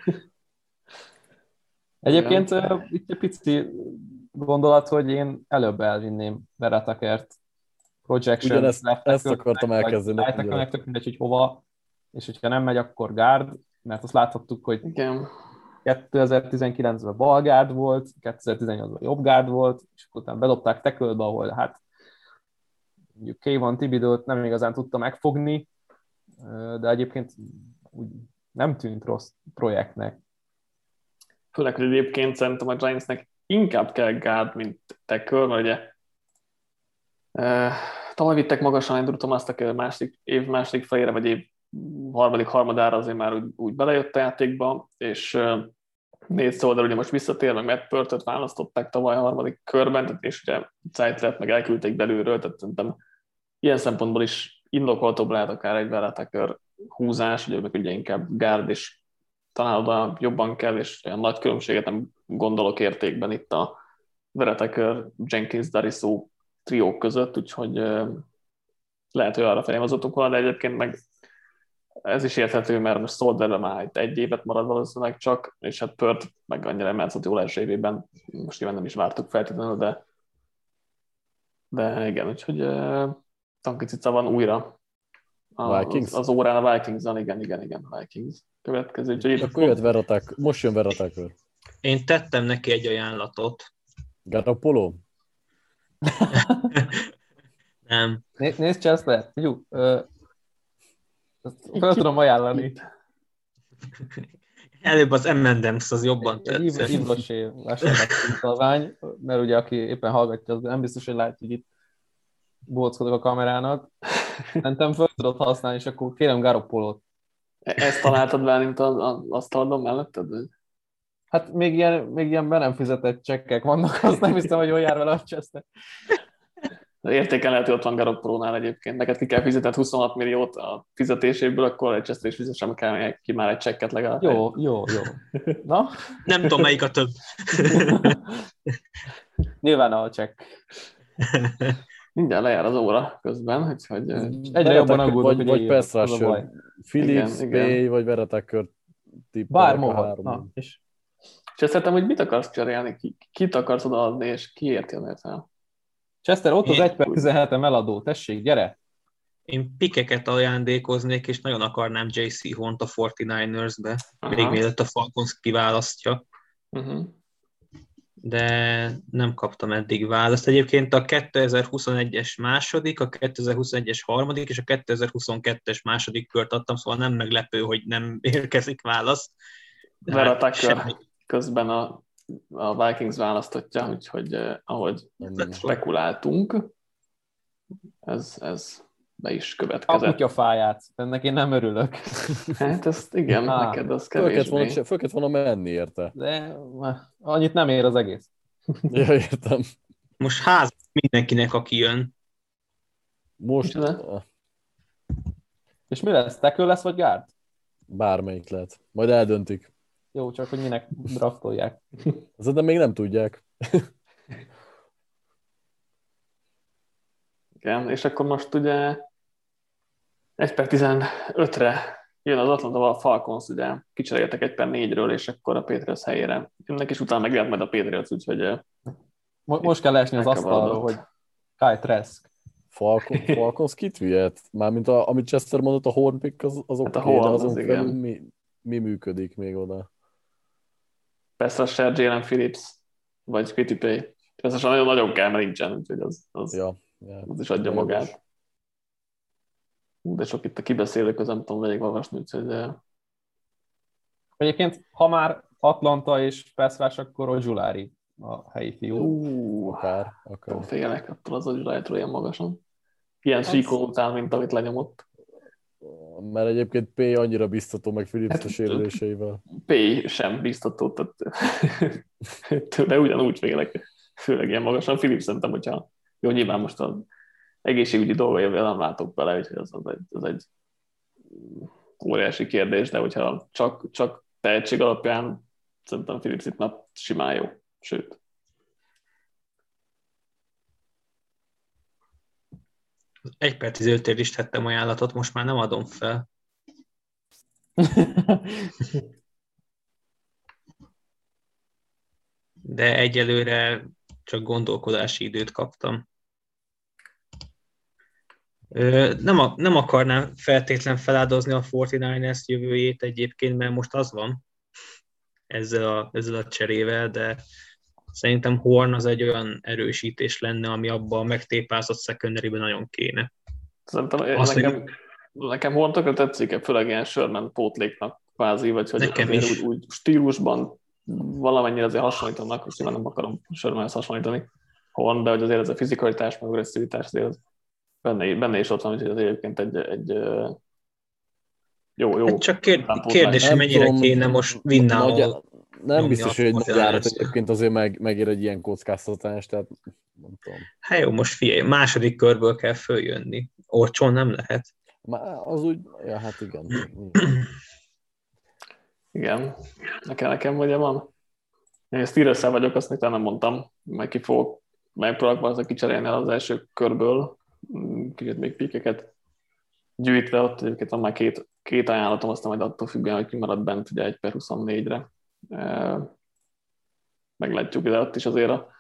Egyébként uh, itt egy pici gondolat, hogy én előbb elvinném Berattakert projection. Ugyanezt- left ezt tackle-nek, akartam vagy elkezdeni, right tackle-nek, ugyanezt. tök mindegy, hogy hova. és hogyha nem megy, akkor gárd, mert azt láthattuk, hogy Igen. kétezer-tizenkilencben bal gárd volt, kétezer-tizennyolcban jobb gárd volt, és akkor utána bedobták tackle-be, ahol hát mondjuk Kayvon Thibodeau-t nem igazán tudta megfogni, de egyébként úgy nem tűnt rossz projektnek. Főleg, hogy egyébként szerintem a Giantsnek inkább kell gárd, mint tackle, mert ugye uh, tavaly vittek magasan Andrew Thomas-nak a második, év második felére, vagy év harmadik harmadára azért már úgy, úgy belejött a játékba, és uh, négy szóval ugye most visszatér, meg Matt Purtot választották tavaly a harmadik körben, és ugye Zeitlet meg elküldték belülről, tehát szerintem ilyen szempontból is indokoltóbb lehet akár egy Vera húzás, ugye meg ugye inkább gárd, és talán oda jobban kell, és olyan nagy különbséget nem gondolok értékben itt a Vera Jenkins Dariso triók között, úgyhogy lehet, hogy arra fejemazottuk volna, de egyébként meg ez is érthető, mert most Solderre már itt egy évet marad valószínűleg csak, és hát Pört meg annyira nem játszott jól első évében, most nyilván nem is vártuk feltétlenül, de de igen, úgyhogy uh, Tankicica van újra a, az, az órán a Vikings-on, igen, igen, igen, Vikings következő. Úgyhogy akkor jött Veratak, most jön Veratakör. Én tettem neki egy ajánlatot. Garoppolo? Nem. Né, nézd Chester, figyú, fel tudom ajánlani. Előbb az em and em's az jobban tetszett. Egy Ivrosé vásárlásutalvány, mert ugye aki éppen hallgatja, az nem biztos, hogy látja, hogy itt bóckodok a kamerának. Szerintem föl tudod használni, és akkor kérem Garoppolót. Ezt találtad velem, mint az, az asztalodon melletted? Hát még ilyen, még ilyen be nem fizetett csekkek vannak, azt nem hiszem, hogy jól jár vele a Chester. Értéken lehet, hogy ott van Garoppolónál egyébként. Neked ki kell fizetned huszonhat milliót a fizetéséből, akkor egy Chester is fizessem kell ki már egy csekket legalább. Jó, jó, jó. Na? Nem tudom, melyik a több. Nyilván a csekk. Mindjárt lejár az óra közben, úgyhogy... Egyre jobban aggódok, hogy vagy Pass Rusher, Phillips, Pay, vagy Veratakör bármóval. Na, és... és ezt szeretem, hogy mit akarsz cserélni, ki, kit akarsz odaadni, és kiért jön fel. Chester, ott az egy per tizenhetem eladó, tessék, gyere! Én pikeket ajándékoznék, és nagyon akarnám jé cé Hornt a negyvenkilencesbe, még mielőtt a Falcons kiválasztja. Uh-huh. De nem kaptam eddig választ. Egyébként a kétezer-huszonegyes második, a kétezer-huszonegyes harmadik és a kétezer-huszonkettes második kört adtam, szóval nem meglepő, hogy nem érkezik válasz. Vera Tucker közben a, a Vikings választottja, úgyhogy eh, ahogy spekuláltunk, ez, ez be is következett. A kutyafáját, ennek én nem örülök. Hát ezt igen, Há, neked az kevésbé. Föl kellett volna menni érte. De annyit nem ér az egész. Ja, értem. Most ház mindenkinek, aki jön. Most... És mi lesz? Tackle lesz, vagy guard? Bármelyik lehet. Majd eldöntik. Jó, csak hogy minek draftolják. Azért még nem tudják. Igen, és akkor most ugye egy per tizenötre jön az Atlanta Falcons, ugye kicseréltek egy per négyről, és akkor a Patriots helyére jönnek, és utána megjelent majd a Patriots, úgyhogy... Most kell esni az asztalról, hogy Kyle Trask. Falcons, Falcons kit vihet? Mármint a, amit Chester mondott, a Horn pick, az, az hát oké, okay, de azon az felül mi, mi működik még oda? Persze a Sher, Jalen Phillips, vagy Quitty Pay. Persze nagyon-nagyon kell, mert nincsen, úgyhogy az, az, ja, ja, az is adja magát. De sok itt a kibeszélő közben, nem tudom, vegyek olvasni, úgyhogy... De... Egyébként, ha már Atlanta és Pászrás, akkor Ojulari a helyi fiú. Uh, akár, akár. Félek attól az Ojulari-tól ilyen magasan. Ilyen hát... síkon után, mint amit lenyomott. Mert egyébként P annyira biztató, meg Phillips hát, a sérüléseivel. P sem biztató, tehát tőle ugyanúgy félek, főleg ilyen magasan. Phillips szerintem, hogyha jó, nyilván most az egészségügyi dolgaival nem látok bele, úgyhogy az, az, egy, az egy óriási kérdés, de hogyha csak, csak tehetség alapján szerintem Phillips itt már simán jó, sőt. Egy per tizenötért is tettem ajánlatot, most már nem adom fel. De egyelőre csak gondolkodási időt kaptam. Nem, a, nem akarnám feltétlen feláldozni a negyvenkilences jövőjét egyébként, mert most az van ezzel a, ezzel a cserével, de szerintem Horn az egy olyan erősítés lenne, ami abban a megtépázott secondary-ben nagyon kéne. Szerintem Azt, nekem, hogy... nekem Horn tökre tetszik, főleg ilyen Sherman pótléknak kvázi, vagy hogy Nekem azért is. úgy, úgy stílusban valamennyire azért hasonlítanak, most nyilván nem akarom Shermanhez hasonlítani Horn, de hogy azért ez a fizikalitás, meg agresszivitás azért benne, benne is ott van, úgyhogy az egyébként egy, egy jó, jó. Hát csak kér, kérdés, hogy mennyire tudom, kéne most Winnához. Nem biztos, hogy egy nagy árat egyébként azért meg, megér egy ilyen kockáztatás, tehát nem tudom. Hát jó, most figyelj, második körből kell följönni. Olcsón nem lehet. Már az úgy, ja, hát igen. Igen, nekem, nekem ugye van. Én Steelers-szel vagyok, azt még nem mondtam, meg ki fogok megpróbálkozni kicserélni az első körből, kicsit még pikeket gyűjtve, ott egyébként van már két, két ajánlatom, aztán majd attól függően, hogy kimarad bent ugye egy per huszonnégyre. Meglátjuk, de ott is azért a...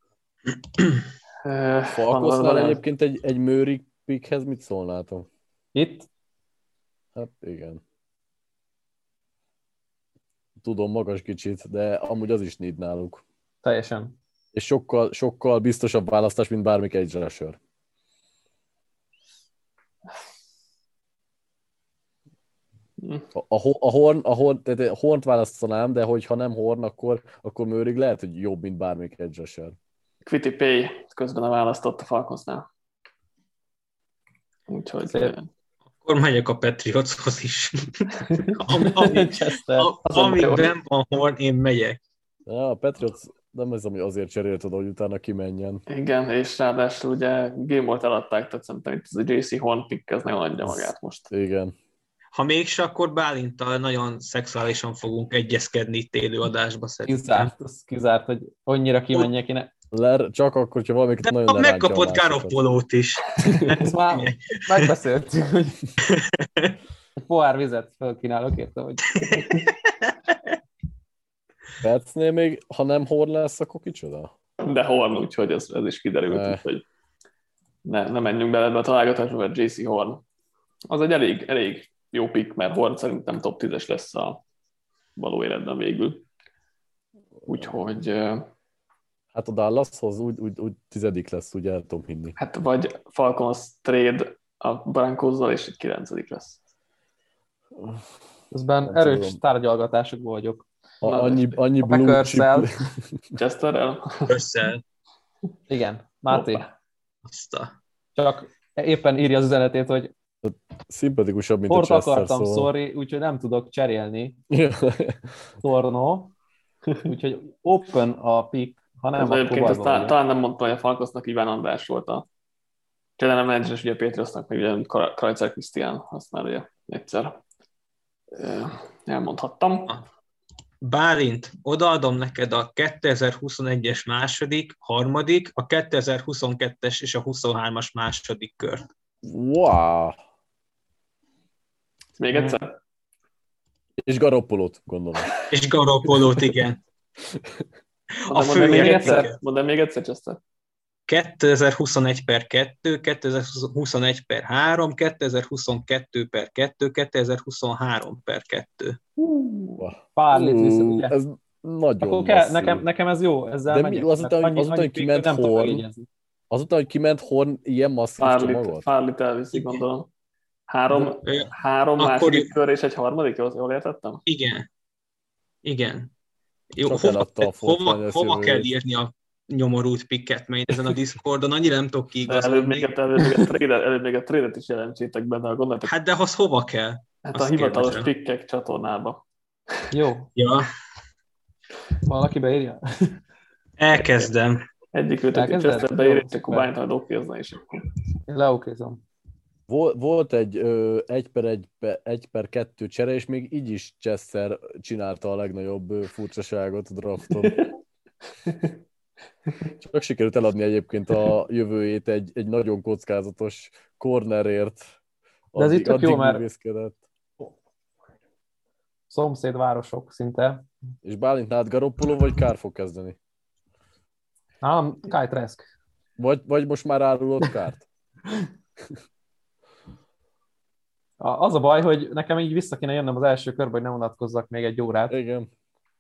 Falkosznál egyébként egy, egy Murray pickhez mit szólnátok? Itt? Hát igen. Tudom, magas kicsit, de amúgy az is need náluk. Teljesen. És sokkal, sokkal biztosabb választás, mint bármik egy rusher. A, a, a, horn, a, horn, tehát a Hornt választanám, de hogyha nem Horn, akkor, akkor Murray lehet, hogy jobb, mint bármik egy rusher. Quitty Pay közben a választott a Falconsnál. Úgyhogy... Szépen. Akkor megyek a Patriotshoz is. Am, ami, Amikben van Horn, én megyek. Ja, a Patriots nem ez, ami azért cserélt oda, hogy utána kimenjen. Igen, és ráadásul ugye Gilmore-t eladták, tehát szerintem itt ez a jé cé Horn pick, ez nagyon adja magát most. Igen. Ha mégse, akkor Bálinttal nagyon szexuálisan fogunk egyezkedni itt élő adásba szerintem. Kizárt, az kizárt, hogy annyira kimenjek én. Ler, csak akkor, hogyha valamelyiket nagyon lerántja. Megkapott Garoppolót is. Ezt már megbeszéltük, hogy pohár vizet felkínálok érte, hogy... Percnél még, ha nem Horn lesz, akkor kicsoda? De Horn, úgyhogy ez, ez is kiderült, eh. úgyhogy ne, ne menjünk bele ebbe a találgatásba, mert jé cé Horn. Az egy elég, elég jó pick, mert Horn szerintem top tízes lesz a való életben végül. Úgyhogy... Hát a Dallashoz úgy, úgy, úgy tizedik lesz, ugye el tudom hinni. Hát vagy Falcons trade a Broncosszal, és egy kilencedik lesz. Közben erős tudom. Tárgyalgatásokból vagyok. A, annyi annyi blue chip. Chesterrel? Összel. Igen, Máté. Azta. Csak éppen írja az üzenetét, hogy szimpatikusabb, mint Tort a Chester, akartam, szóval. sorry, úgyhogy nem tudok cserélni. Torno. Úgyhogy open a pick, ha nem, ez akkor bajban talán, talán nem mondta, hogy a Falconsnak Iván András volt a general manager, és ugye Patriotsnak meg ugye Krajcer Krisztián, azt már ugye egyszer elmondhattam. Bálint, odaadom neked a kétezer-huszonegyes második, harmadik, a kétezer-huszonkettes és a huszonhármas második kört. Wow! Még egyszer? És Garoppolót, gondolom. És Garoppolót, igen. A fő még egyszer, mondd még egyszer, Chester. kétezer-huszonegy per kettő, kétezer-huszonegy per három, kétezer-huszonkettő per kettő, kétezer-huszonhárom per kettő. Uh, Pár lét vissza, ugye? Ez nagyon Akkor kell, nekem, nekem ez jó, ezzel de megyek. Mi, azután, annyi, azután, hogy kiment Horn, azután, hogy kiment Horn, ilyen masszív csomagot? Pár lit elviszik, gondolom. Három, de, három akkor második j- kör és egy harmadik, jól, jól értettem? Igen. Igen. Jó, Csak hova, eladta a hova, hova kell jövőjét. írni a nyomorult pikket, mert ezen a Discordon annyira nem tudok De előbb még, kiigazolni. előbb, még a trade, előbb még a trade-et is jelentsétek be, de gondoltak, Hát de az hova kell? hát a azt hivatalos kérdezem. pikkek csatornába. Jó, Ja, valaki beírja? elkezdem. Egyik őtök Elkezded? Chester beír, Jó, és akkor szuper. bányt majd okézna, és akkor... Leokézom. Vol- Volt egy ö, egy per egy, per egy per kettő csere, és még így is Chester csinálta a legnagyobb ö, furcsaságot a drafton. Csak sikerült eladni egyébként a jövőjét egy, egy nagyon kockázatos cornerért. De ez itt tök jó, mert- művészkedett. Szomszédvárosok szinte. És Bálint nád Garoppolo vagy Kár fog kezdeni? Nálam Kai Trask. Vagy, vagy most már árulod Kárt? Az a baj, hogy nekem így vissza kéne jönnöm az első körbe, hogy ne unatkozzak még egy órát. Igen.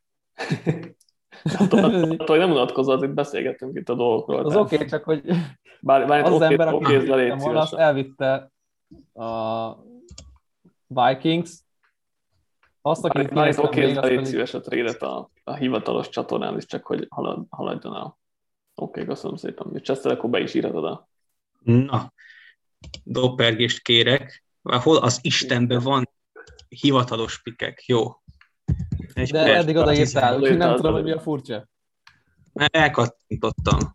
Attól, hogy nem unatkozott, itt beszélgettünk itt a dolgokról. Az oké, okay, csak hogy bár, bár az, az okay, ember, okay, aki okay, volna, azt elvitte a Vikings. Azt, akit már itt oké, okay, légy szíves a trédet a, a hivatalos csatornán is, csak hogy halad, haladjon el. Oké, okay, köszönöm szépen. És Chester, akkor be is írhatod a... Na, doppergést kérek. Hol az Istenben van hivatalos pikek? Jó. Egy de eddig odaírtál, úgyhogy nem tudom, hogy mi a furcsa. Elkattintottam.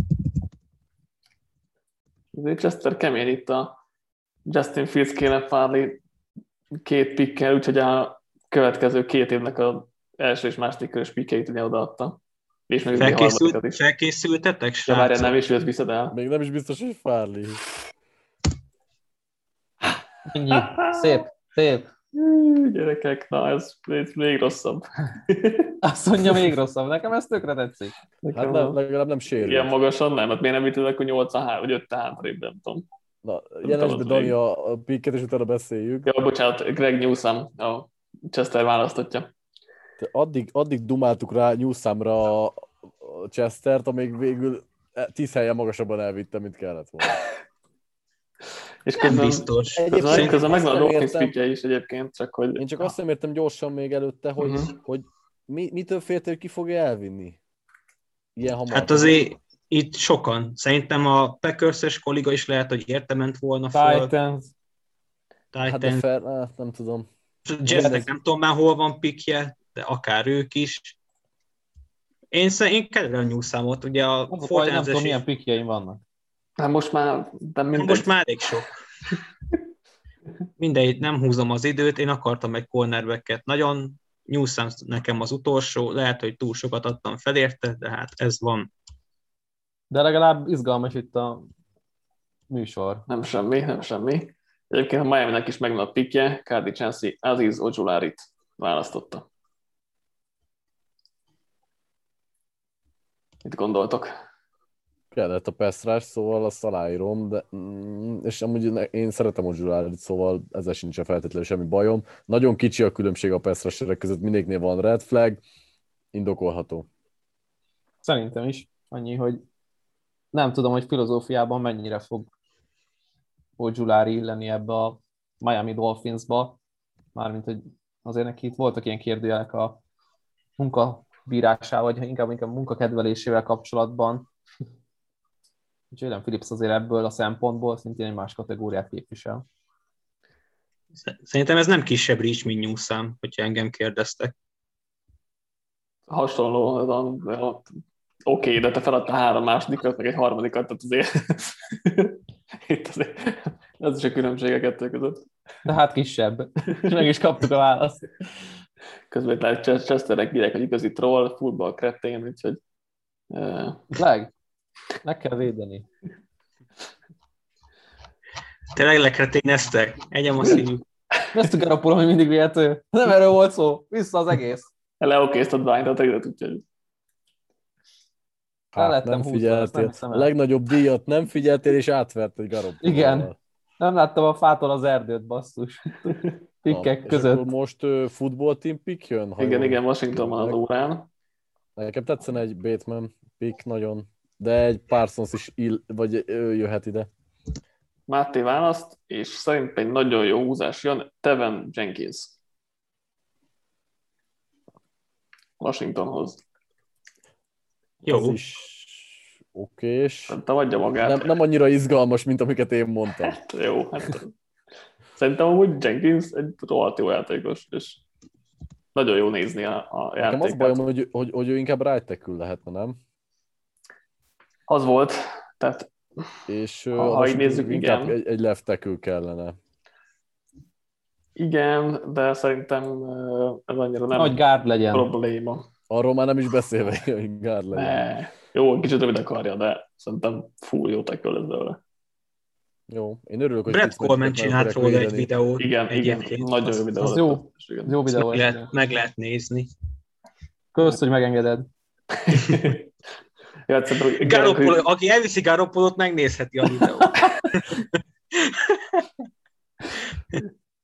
Chester kemény itt a Justin Fields, Caleb Farley két pikkel, úgyhogy a következő két évnek az első és második körös pikkeit ugye odaadta. És meg Felkészült, is. Felkészültetek, srácok? De várjál, nem is őt viszed el. Még nem is biztos, hogy Farley. Ennyi. Szép, szép. Gyerekek, na ez, ez még rosszabb. Azt mondja, még rosszabb. Nekem ez tökre tetszik. Hát nem, legalább nem sérül. Ilyen magasan nem, hát miért nem vitted akkor nyolc vagy öt hátrébb, nem tudom. Na, jelensd be Dani a, a pikket, és utána beszéljük. Ja, bocsánat, Greg Newsom, a Chester választottja. Te addig, addig dumáltuk rá Newsomra a Chestert, amíg végül tíz helyen magasabban elvittem, mint kellett volna. És közben, nem biztos. Közben, közben megvan a Dolphins pikje is egyébként, csak hogy... Én csak azt nem értem gyorsan még előtte, hogy, uh-huh. hogy mi, mitől féltél, ki fogja elvinni? Ilyen hamar. Hát azért itt sokan. Szerintem a Packers-es kolléga is lehet, hogy érte ment volna fel. Titans. Titans. Hát de fel, hát nem tudom. Jazznek nem tudom már hol van pikje, de akár ők is. Én én kedvelem Newsomot, ugye a Fortnite nem tudom, milyen pikjeim vannak. Hát most már... De most már elég sok. Mindegy, nem húzom az időt, én akartam egy cornerbacket. Nagyon Newsom nekem az utolsó, lehet, hogy túl sokat adtam fel érte, de hát ez van. De legalább izgalmas itt a műsor. Nem semmi, nem semmi. Egyébként a Miami-nek is megvan a pikje, Cardi Chancey Aziz Ojularit választotta. Mit gondoltok? Kellett a pass rush, szóval azt aláírom, de, és amúgy én szeretem Ojularit, szóval ezzel sincsen feltétlenül semmi bajom. Nagyon kicsi a különbség a pass rusherek között, mindegyiknél van red flag, indokolható. Szerintem is. Annyi, hogy nem tudom, hogy filozófiában mennyire fog Ojulari illeni ebbe a Miami Dolphinsba, mármint, hogy azért neki itt voltak ilyen kérdőjelek a munkabírásával, vagy inkább, inkább munkakedvelésével kapcsolatban. Úgyhogy Jalen Phillips azért ebből a szempontból szintén egy más kategóriát képvisel. Szerintem ez nem kisebb reach, mint Newsom, hogyha engem kérdeztek. Hasonló, oké, okay, de te feladtál három másodikat, meg egy harmadikat, tehát azért itt azért ez is a különbség a kettő között. De hát kisebb. Meg is kaptuk a választ. Közben lehet Chesternek bírják, hogy igazi troll, futball kretén, úgyhogy... Uh... Leg, meg kell védeni. Tényleg lekreténeztek? Egyem a szívű. Ezt a Garoppolo, hogy mindig vélető. Nem erről volt szó. Vissza az egész. Leokéztad Bryant-at, egyet, úgyhogy... Hát nem figyeltél. A legnagyobb díjat nem figyeltél, és átvert egy Garoppolo. Igen. Nem láttam a fától az erdőt, basszus. Pikkek Na, között. És akkor most uh, football team pick jön? Igen, igen, Washington van az órán. Nekem tetszene egy Bateman pick nagyon, de egy Parsons is ill, vagy ő jöhet ide. Máté választ, és szerintem egy nagyon jó húzás jön, Teven Jenkins. Washingtonhoz. Jó. Ez is okés. Te adja magát. Nem, nem annyira izgalmas, mint amiket én mondtam. Hát, jó, hát szerintem amúgy Jenkins egy rohadt jó játékos, és nagyon jó nézni a, a játékát. Nekem az bajom, hogy, hogy, hogy ő inkább right tackle lehetne, nem? Az volt, tehát és ha, ha így nézzük, inkább igen. Egy, egy left tackle kellene. Igen, de szerintem ez annyira nem nagy guard legyen. Probléma. Arról már nem is beszélve, hogy guard legyen. Ne. Jó, kicsit rövid akarja, de szerintem fú, jó tackle lesz belőle. Jó, én örülök, hogy... Brett Coleman csinált róla egy videót. Igen, igen, nagyon jó videó. Az jó, jó videó. Meg lehet, meg lehet nézni. Kösz, hogy megengeded. Ja, Garoppolo, aki elviszi Garoppolót, megnézheti a videót.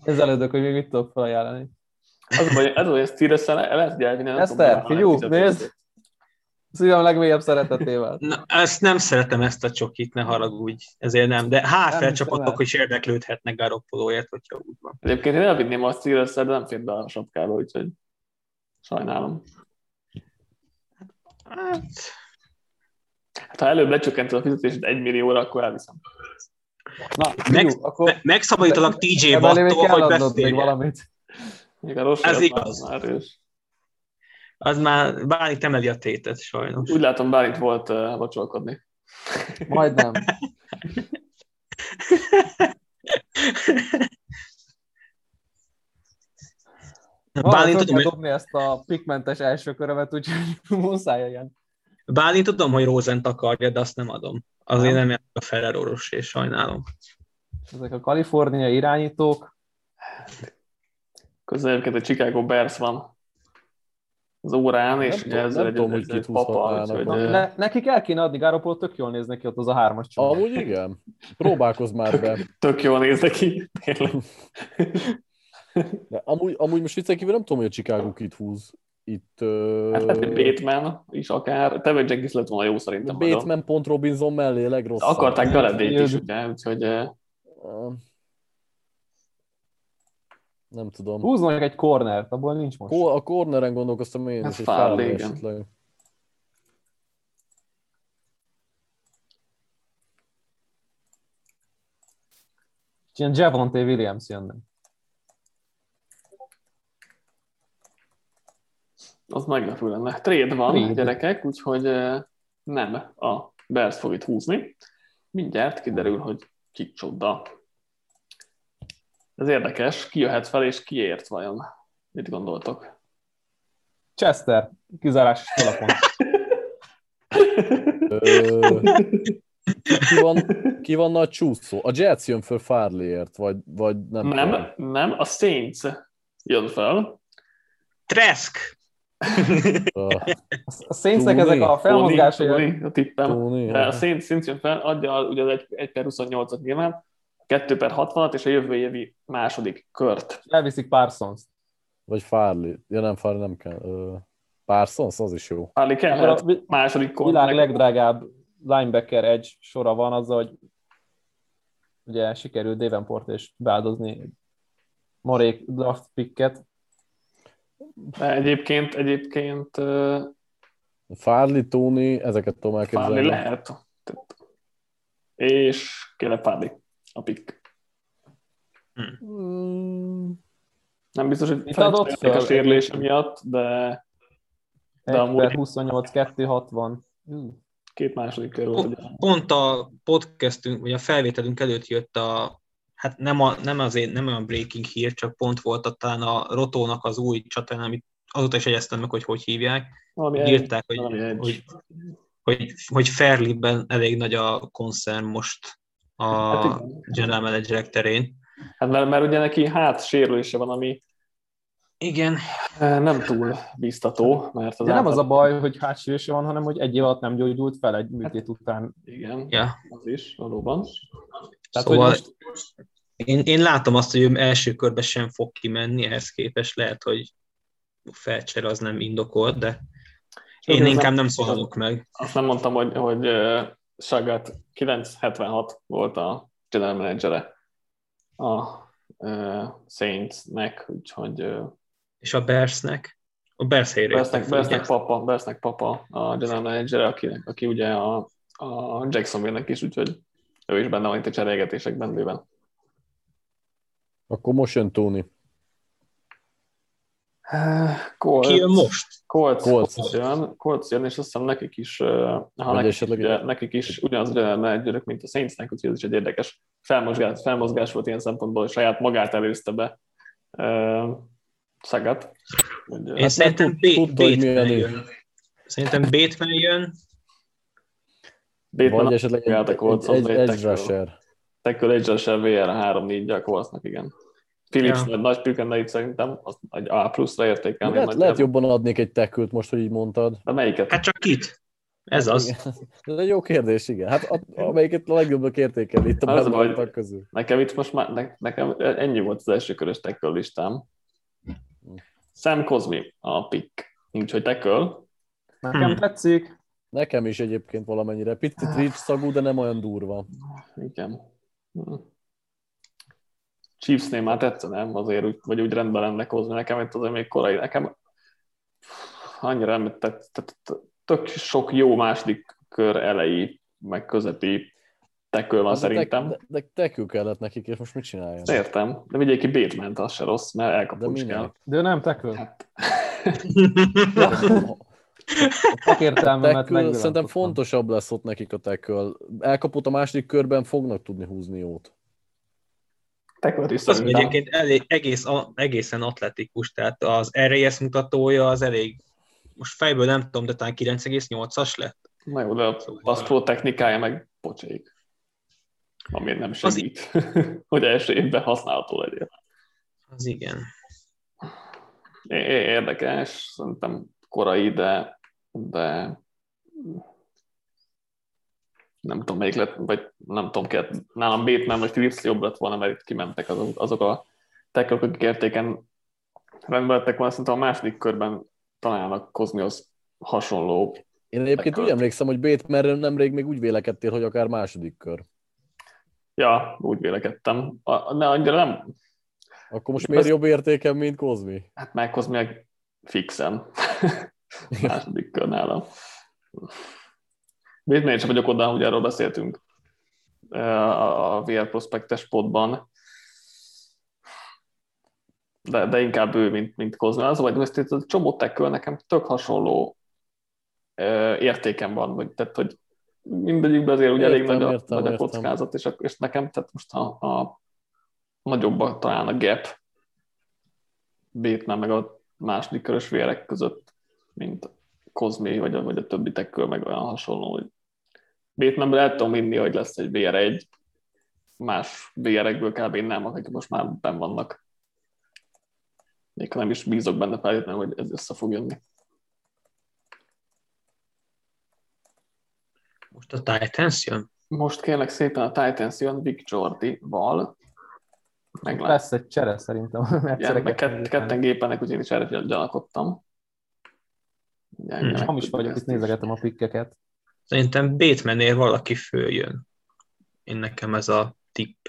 Ezelődök, hogy még mit tudok felajánlani. Az a baj, ez olyan Steelers-szel el lehet, hogy elvinni. Eszter, figyú, nézd! Szívem legmélyebb szeretetével. Na, ezt nem szeretem, ezt a csokit, ne haragudj, ezért nem, de há ef el csapatok is érdeklődhetnek Garoppolóért, hogyha úgy van. Egyébként én elvinném a Steelers-szel, de nem fér be a sapkába, úgyhogy sajnálom. Hát... Hát, ha előbb lecsökkented a fizetését egy millióra, akkor elviszem. Na, Meg, figyú, akkor... me, megszabadítalak té jé Ebből még Wattól, kell hogy adnod még beszéljen. valamit. Még a rossz Ez igaz. Már, már és... Az már Bálint emeli a tétet, sajnos. Úgy látom, Bálint volt uh, vacsolkodni. Majdnem. Bálint tudom, tudom, hogy dobni ezt a pigmentes első körömet, úgyhogy muszáj ilyen. Bálint tudom, hogy Rosent akarja, de azt nem adom. Azért Nem. nem jár a Ferrero-ros, és sajnálom. Ezek a kaliforniai irányítók. Közelébként a Chicago Bears van az órán, és Nem ugye tudom- ez nem egy, tudom, ez hogy egy kit papa, húzhatnának. úgyhogy... Na, uh, ne, nekik el kéne adni, Garoppolo tök jól néz neki ott az a hármas csomag. Amúgy igen. Próbálkozz már be. Tök jól néz neki, tényleg. De amúgy, amúgy most viccen kívül nem tudom, hogy a Chicago kit húz. Itt... Hát lehet, hogy Uh, Bateman is akár. Tevin Jenkins lett volna jó szerintem. nagyon. Bateman pont Robinson mellé legrosszabb. Akarták Galedét is, Jön. ugye, úgyhogy... uh, Uh, Nem tudom. Húznak egy cornert, abból nincs most. Ko- A corneren gondolkoztam én Ez is, egy Farley, Farley igen. esetleg. Ilyen Javonte Williams jönne. Az meglepő lenne. Trade van, Trade. gyerekek, úgyhogy uh, nem a Bears fog itt húzni. Mindjárt kiderül, hogy kicsoda. Ez érdekes, ki jöhet fel, és kiért vajon? Mit gondoltok? Chester, kizárásos alapon. Ö, ki, van, ki van nagy csúszó? A Jets jön föl Farleyért, vagy, vagy nem? Nem, tudom. nem, a Saints jön fel. Tresk! Ah, A Saintsnek Tony, ezek a felmozgásai... Tony, a tippem. Tony, A Saints, Saints jön fel, adja ugye az egy per huszonnyolcat nyilván, kettő per hatvanat, és a jövő évi második kört. Elviszik Parsons. vagy Farley. Ja nem, Farley nem kell. Ö, Parsons, az is jó. Harley Akkor kellett a vi- második kort. világ legdrágább linebacker edge sora van azzal, hogy ugye sikerült Davenport és beáldozni marék draft picket. De Egyébként, egyébként uh, Farley, Tony, ezeket tudom Farley elképzelni. lehet. Tehát- És kéne Farley a pick. Mm, Nem biztos, hogy Mit adott felejtették a föl? sérülése miatt, de, de egy per amúgy huszonnyolc, kettő hatvan. Ú, két második kör volt. Ugye. Pont a podcastünk, vagy a felvételünk előtt jött a, hát nem, a, nem azért, nem olyan breaking hír, csak pont volt a, talán a Rotónak az új csatornán, amit azóta is egyeztem meg, hogy hogy hívják. Valami egy, Írták, hogy, valami egy. hogy, hogy, hogy Fairley-ben elég nagy a koncern most a Hát igen. general managerek terén. Hát mert, mert ugye neki hát sérülése van, ami Igen, eh, nem túl biztató, mert az de nem az a átlag- baj, hogy hátsérülése van, hanem hogy egy év alatt nem gyógyult fel egy műtét után. Igen, ja. az is, valóban. Tehát, Szóval hogy most én, én látom azt, hogy ő első körben sem fog kimenni, ehhez képest lehet, hogy felcsere az nem indokolt, de én ez inkább nem- nem szólalok meg. Azt nem mondtam, hogy, hogy uh, Sagat kilenc hetvenhat volt a general managere a uh, Saintsnek, úgyhogy uh, És a Bearsnek? A Bears helyre Bersnek, jöttek, Bersnek, ugye? papa, Bersnek papa a general manager, aki, aki ugye a, a Jacksonville-nek is, úgyhogy ő is benne van itt a cserélgetések bennében. Akkor most jön Tony. Colts, Ki jön most? Colts, Colts. Colts jön, Colts jön, és azt hiszem nekik is, uh, ha Vagy nekik, esetleg- ugye, nekik is ugyanaz a general managerök, mint a Saintsnek, úgyhogy ez is egy érdekes felmozgás, felmozgás volt ilyen szempontból, hogy saját magát előzte be uh, Sagat. Hogy, uh, Én szerintem tud- tudta, hogy Bateman milyen jön. Szerintem Bateman jön, Bateman Vagy esetleg egy, a egy, Colts, egy, az egy egy edge tackle. rusher. Tackle edge rusher vé er három négy a Coltsnak, igen. Phillips Ja. ja. nagy pükendeit szerintem, azt egy A pluszra értékelni. Lehet, nagy lehet jobban. jobban adnék egy tackle-t most, hogy így mondtad. De melyiket? hát csak kit? Ez Hát, az. igen. Ez egy jó kérdés, igen. Hát a, amelyiket a legjobbak értékelni itt a Az a baj, benne közül. Nekem itt most már, ne, nekem ennyi volt az első körös tackle listám. Sam Cosmi a pick, úgyhogy tackle. Nekem Hmm. tetszik. Nekem is egyébként valamennyire. Picit rich szagú, de nem olyan durva. Igen. Hm. Chiefsnél már tetszene, azért úgy, vagy úgy rendben lenne Cosmi. Nekem itt azért még korai. Nekem annyira nem tett, tök sok jó második kör elejé, meg közepi tackle van de szerintem. De, de tackle kellett nekik, és most mit csináljon? Értem, de vigyék ki Bateman-t, az se rossz, mert elkapó is kell. De ő nem tackle. Hát. A értelmemet tackle, szerintem fontosabb lesz ott nekik a tackle. Elkapott a második körben fognak tudni húzni jót. Tackle is Az szerintem. egyébként elég, egész, egészen atletikus, tehát az er á es mutatója az elég, most fejből nem tudom, de talán kilenc egész nyolcas lett. Na jó, de a pass pro technikája meg pocsék. Ami nem segít, hogy első évben használható legyen. Az igen. Érdekes, szerintem korai, de, de nem tudom, melyik lett, vagy nem tudom, kellett, nálam Bateman vagy Phillips jobb lett volna, mert itt kimentek azok, azok a tackle-ök, akik értéken rendben lettek volna, szerintem a második körben találnak Cosmihoz hasonló. Én egyébként tackle. Úgy emlékszem, hogy Batemanről nemrég még úgy vélekedtél, hogy akár második kör. Ja, úgy vélekedtem. Ne, annyira nem. Akkor most miért jobb értéken, mint Cosmi? Hát meg Cosmi meg fixen. Második kör nálam. Bateman én sem vagyok oda, hogy erről beszéltünk a vé er Prospectes podban. De, de inkább ő, mint, mint Cosmi. Az, hogy ezt a csomó tackle nekem tök hasonló értéken van. Vagy, tehát, hogy mindegyikben azért ugye elég nagy a, értem, nagy a kockázat, és, és nekem tehát most a, a nagyobb talán a gap Bateman meg a második körös vérek között, mint Cosmi, vagy a, vagy a többi tackle meg olyan hasonló, hogy Batemanből el tudom inni, hogy lesz egy vé er egy, más vé erekből kb. Nem, akik most már benn vannak. Még nem is bízok benne feltétlenül, hogy ez össze fog jönni. Most a Titans jön? Most kérlek szépen a Titans jön Vic Jordi-val. Meglát. Lesz egy csere szerintem. Igen, meg kett, ketten gépenek, úgyhogy én is erre gyanakodtam. Hmm. Nem is vagyok, itt nézegetem a pikkeket. Szerintem Batemannél valaki följön. Én nekem ez a tipp.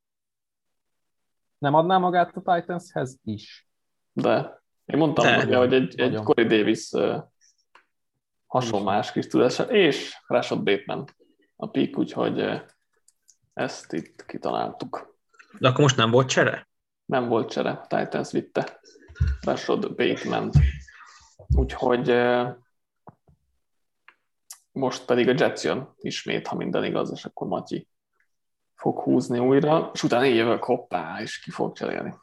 Nem adná magát a Titanshez is? De. Én mondtam, De. Ugye, hogy egy, egy Corey Davis uh, hasonlás kis tudás, és Rashad Bateman a pick, úgyhogy uh, ezt itt kitaláltuk. De akkor most nem volt csere? Nem volt csere, Titans vitte Rashad Bateman. Úgyhogy uh, most pedig a Jets jön ismét, ha minden igaz, és akkor Matyi fog húzni újra, és utána én jövök, hoppá, és ki fog cserélni.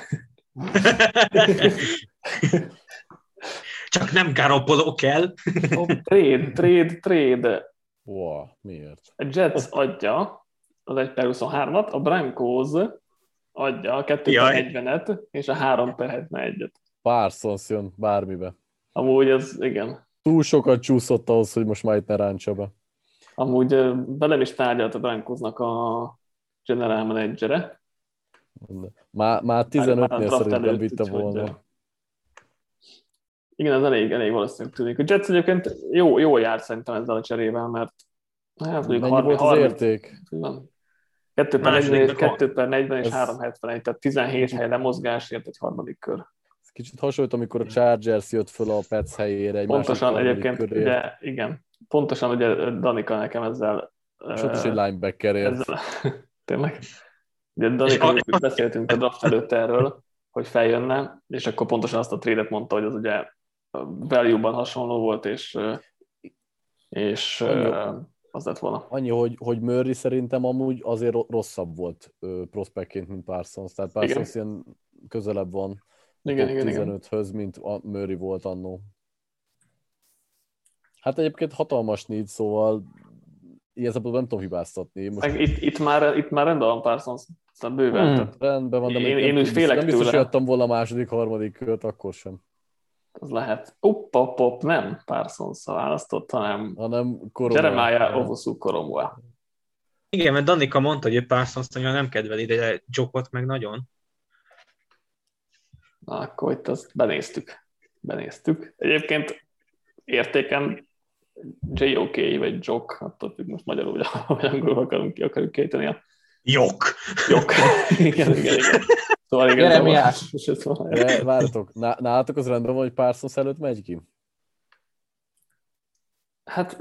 Csak nem Garoppolo kell. Oh, trade, trade, trade. Wow, miért? A Jets adja az egy per huszonhármat, a Broncos adja a kettő per negyvenet, és a három per hetvenegyet. Parsons jön bármibe. Amúgy ez, igen. Túl sokat csúszott ahhoz, hogy most már itt ne ráncsa be. Amúgy velem is tárgyalt a Broncosnak a general managere. Már, már tizenötnél szerintem vitte volna. Hogy, igen, ez elég, elég valószínűleg tűnik. A Jets egyébként jó, jó járt szerintem ezzel a cserével, mert hát, mennyi harminc, volt az harminc, érték? kettő per negyven és három hetvenegy, tehát tizenhét hely lemozgásért egy harmadik kör. Ez kicsit hasonlít, amikor a Chargers jött föl a Pets helyére. Egy pontosan egyébként, ugye, igen, pontosan ugye Danika nekem ezzel... És ott is egy linebackerért. Ezzel, tényleg. Ugye Danika, és beszéltünk a draft előtt erről, hogy feljönne, és akkor pontosan azt a trade-et mondta, hogy az ugye value-ban hasonló volt, és, és az lett volna. Annyi, hogy, hogy Murray szerintem amúgy azért rosszabb volt prospektként, mint Parsons. Tehát Parsons igen. Ilyen közelebb van igen, igen, tizenöthöz, mint a Murray volt annó. Hát egyébként hatalmas need, szóval igazából nem tudom hibáztatni. Most... Itt, itt, már, itt már rendben van Parsons, aztán bőven. Hmm, rendben van, de én, én, én úgy félek nem biztos, hogy adtam volna a második, harmadik kört, akkor sem. Az lehet. Oppa, pop, nem Parsons-a választott, hanem, hanem Koromoa. Jeremiah Owusu-Koramoah. Igen, mert Danika mondta, hogy ő Parsons-t nem kedveli, de Jokot meg nagyon. Na, akkor itt azt benéztük. Benéztük. Egyébként értéken jé o ká vagy Jok, attól függ most magyarul, hogy angolul akarunk ki, akarjuk kéteni a Jok! Jok. igen, igen, igen. Szóval igen, Jeremiás. Szóval... Várjatok, nálatok az rendben van, hogy Parsons előtt megy ki? Hát...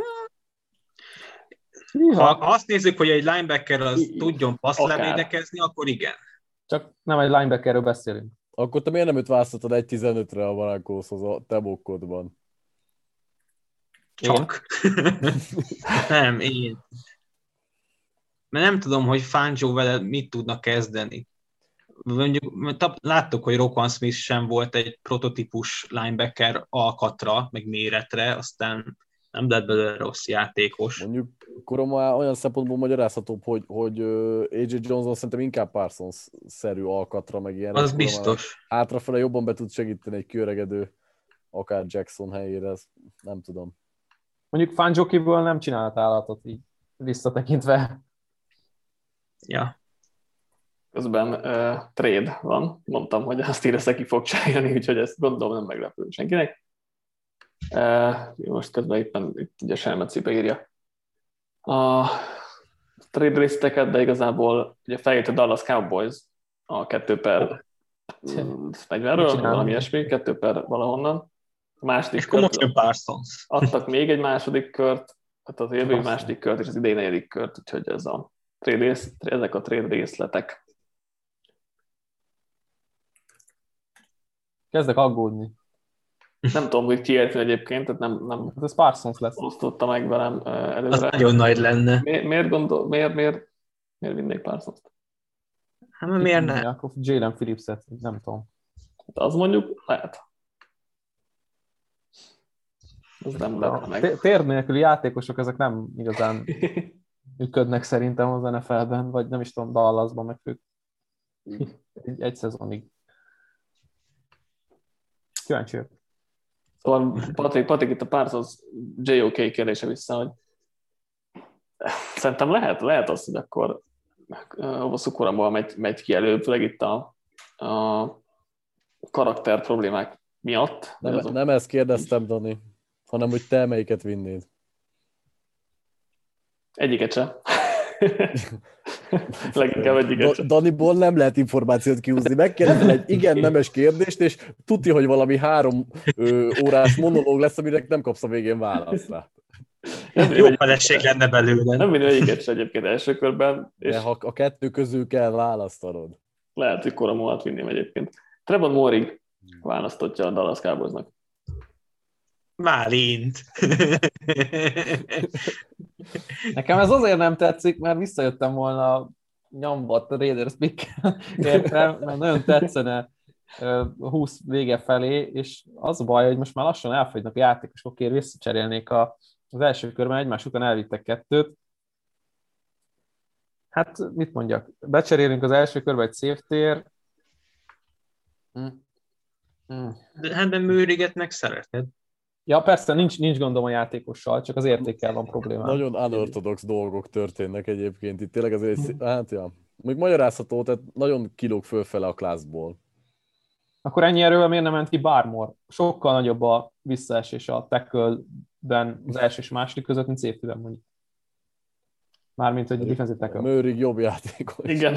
Ha azt nézzük, hogy egy linebacker az I- tudjon passz akár. levédekezni, akkor igen. Csak nem egy linebackerről beszélünk. Akkor te miért nem őt választottad egy tizenötre a Broncoshoz a te bokkodban? Csak. nem, én. Mert nem tudom, hogy Fangio vele mit tudnak kezdeni. Mondjuk, láttuk, hogy Roquan Smith sem volt egy prototípus linebacker alkatra, meg méretre, aztán nem lett belőle rossz játékos. Mondjuk Koromoa olyan szempontból magyarázhatóbb, hogy, hogy á jé Johnson szerintem inkább Parsons-szerű alkatra, meg ilyen. Az biztos. Hátrafele jobban be tud segíteni egy köregedő, akár Jackson helyére, ezt nem tudom. Mondjuk Fangio-kiből nem csinált állatot így visszatekintve. Ja. Közben uh, trade van. Mondtam, hogy azt írja, ki fog csinálni, úgyhogy ezt gondolom nem meglepő senkinek. Uh, most közben éppen itt ugye Selmeci beírja a trade listeket, de igazából ugye feljött a Dallas Cowboys a kettő per negyvenről, valami ilyesmi, kettő per valahonnan. A második És komoly Parsons. Adtak még egy második kört, hát az jövő második kört, és az idei negyedik kört, úgyhogy ez a trade rész, ezek a trade részletek. Kezdek aggódni. Nem tudom, hogy ki érti egyébként, tehát nem, nem ez Parsons lesz. osztotta meg velem előre. Az nagyon nagy lenne. Mi, miért gondol, miért, miért, miért vinnék Parsons-t? Hát miért ne? Akkor Jalen Phillips-et, nem tudom. Hát az mondjuk lehet. Ez nem lehet meg. Tér nélküli játékosok, ezek nem igazán működnek szerintem az en ef el-ben, vagy nem is tudom, Dallasban meg fők. Egy, egy szezonig. Kíváncsi vagyok. Szóval Patrik, Patrik itt a Parsons jé o ká kérdése vissza, hogy szerintem lehet, lehet az, hogy akkor Owusu-Koramoah megy, megy ki elő, főleg itt a, a karakter problémák miatt. Nem, azok... nem ezt kérdeztem, Dani, hanem hogy te melyiket vinnéd. Egyiket sem. Leginkább egyiket sem. Daniból nem lehet információt kiúzni. Megkérdezel egy igen nemes kérdést, és tudja, hogy valami három ö, órás monológ lesz, aminek nem kapsz a végén választ rá. Jó feleség lenne belőle. Nem vinni egyiket sem egyébként első körben. És de ha a kettő közül kell választanod. Lehet, hogy Koramoat vinném egyébként. Trevon Moehrig választottja a Dallas Cowboysnak. Válint. Nekem ez azért nem tetszik, mert visszajöttem volna a nyombat a Raiders pick-kel, mert nagyon tetszene húsz vége felé, és az a baj, hogy most már lassan elfogynak a játékosokért, visszacserélnék a, az első körben, egymás után elvittek kettőt. Hát mit mondjak, becserélünk az első körben egy safety-ért. Hm. Hm. De hát de Moehriget meg szereted. Ja, persze, nincs, nincs gondom a játékossal, csak az értékkel van problémám. Nagyon unorthodox dolgok történnek egyébként itt. Tényleg azért, hát ja, még magyarázható, tehát nagyon kilóg fölfele a klászból. Akkor ennyi erővel miért nem ment ki Barmore? Sokkal nagyobb a visszaesés a tackle-ben az első és második között, mint safety-ben mondjuk. Mármint, hogy a defensive tackle. Moehrig jobb játékos. Igen.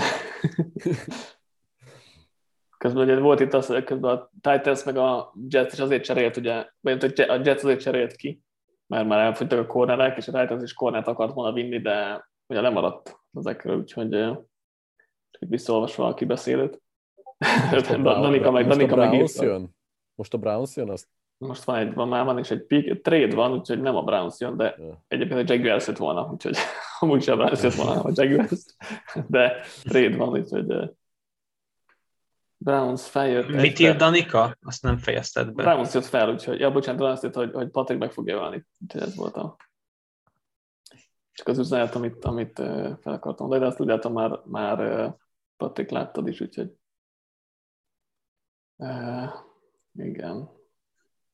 Közben ugye volt itt az, hogy közben a Titans meg a Jets is azért cserélt, ugye, vagy a Jets azért cserélt ki, mert már elfogytak a cornerek, és a Titans is cornert akart volna vinni, de ugye lemaradt ezekről, úgyhogy visszaolvasva a kibeszélőt. Danika meg, Danika meg jön? Most a Browns jön? Azt? Most van egy, van már van is egy pick, trade van, úgyhogy nem a Browns jön, de yeah. Egyébként a Jaguars jött volna, úgyhogy amúgy sem a Browns jött volna, a Jaguars, de trade van, úgyhogy Browns feljött. Mit írt Danika? Azt nem fejezted be. Browns jött fel, úgyhogy, ja, bocsánat, azt írt, hogy, hogy Patrik meg fogja válni. Úgyhogy ez volt a... Csak az üzenet, amit, amit fel akartam mondani, de azt úgy látom, már, már Patrik láttad is, úgyhogy... Uh, igen.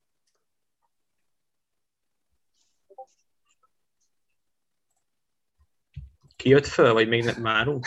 Ki jött föl, vagy még nem várunk?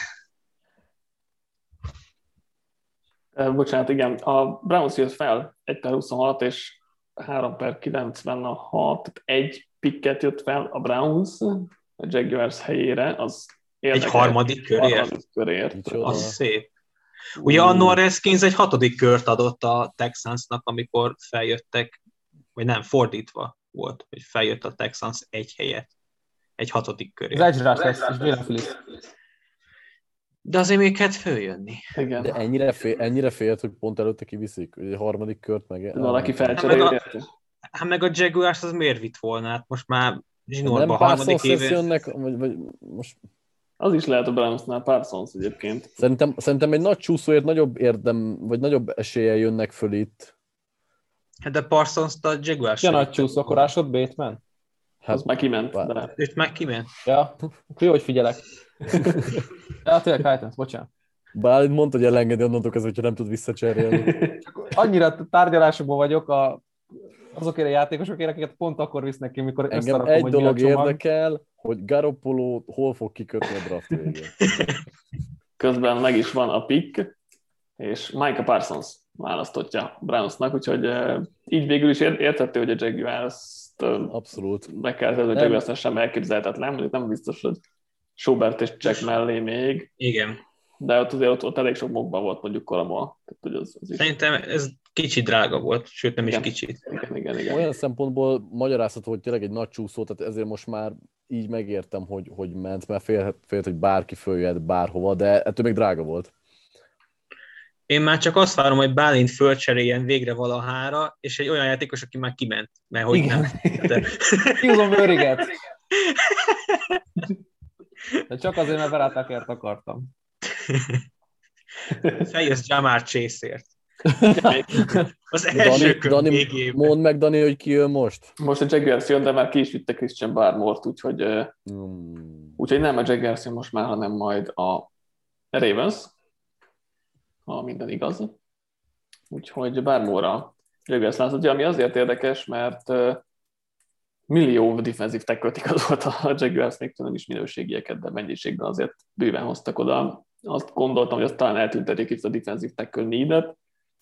Bocsánat, igen, a Browns jött fel egy per huszonhat és három per kilencvenhat, tehát egy picket jött fel a Browns a Jaguars helyére, az Egy harmadik körért. Harmadik körért. Az szép. Ugye annó a Redskins egy hatodik kört adott a Texansnak, amikor feljöttek, vagy nem, fordítva volt, hogy feljött a Texans egy helyet. Egy hatodik körért. Az edge rush lesz, és Jalen Phillips. De azért még kellett följönni. Igen. De ennyire, fél, ennyire félt, hogy pont előtte kiviszik? Egy harmadik kört meg... Valaki felcseréli. Hát meg a Jaguars az miért vitt volna? Hát most már zsinórban nem harmadik éve. jönnek, vagy, vagy most... Az is lehet a Brownsnál, Parsons egyébként. Szerintem, szerintem egy nagy csúszóért nagyobb érdem, vagy nagyobb eséllyel jönnek föl itt. Hát de Parsons-t a Jaguars. Ja, nagy csúszó, akkor ásod Bateman? Hát, az már kiment. De... Őt már kiment? Ja, jó, hogy figyelek. Ja, tényleg Titans, bocsánat. Bálint mondta, hogy elengedi onnantól kezdve, hogyha nem tud visszacserélni. Annyira tárgyalásokban vagyok a, azokért a játékosokért, akiket pont akkor visznek ki, mikor engem összerakom, egy hogy dolog mi a csomag. érdekel, hogy Garoppolo hol fog kikötni a draft végén. Közben meg is van a pick, és Micah Parsons választottja Brownsnak, úgyhogy uh, így végül is érthető, hogy a Jaguars-t uh, abszolút. meg kell tenni, a Jaguars sem elképzelhetetlen, mondjuk nem biztos, hogy Schubert és Jack mellé még. Igen. De ott azért ott, ott elég sok mokban volt mondjuk Koramol. Az, az Szerintem ez kicsit drága volt, sőt nem igen. is kicsit. Igen, igen, igen. Olyan szempontból magyarázható, hogy tényleg egy nagy csúszó, tehát ezért most már így megértem, hogy, hogy ment, mert félt, félt, hogy bárki följöhet bárhova, de ettől még drága volt. Én már csak azt várom, hogy Bálint fölcseréljen végre valahára, és egy olyan játékos, aki már kiment. Mert hogy igen. Nem. De... Húzom őriget. De csak azért, mert Verátákért akartam. Feljössz Jamar Chase-ért. Az első Dani, kör Dani, végében. mondd meg, Dani, hogy ki jön most. Most a Jaguars jön, de már ki is vitte Christian Barmore-t, úgyhogy, Hmm. úgyhogy nem a Jaguars jön most már, hanem majd a Ravens, ha minden igaz. Úgyhogy Barmore a Jaguars látszott, ami azért érdekes, mert millió defensív tackle-t igazolt a Jaguars, még nem is minőségieket, de mennyiségben azért bőven hoztak oda. Azt gondoltam, hogy azt talán eltüntetik itt a defensív tackle needet.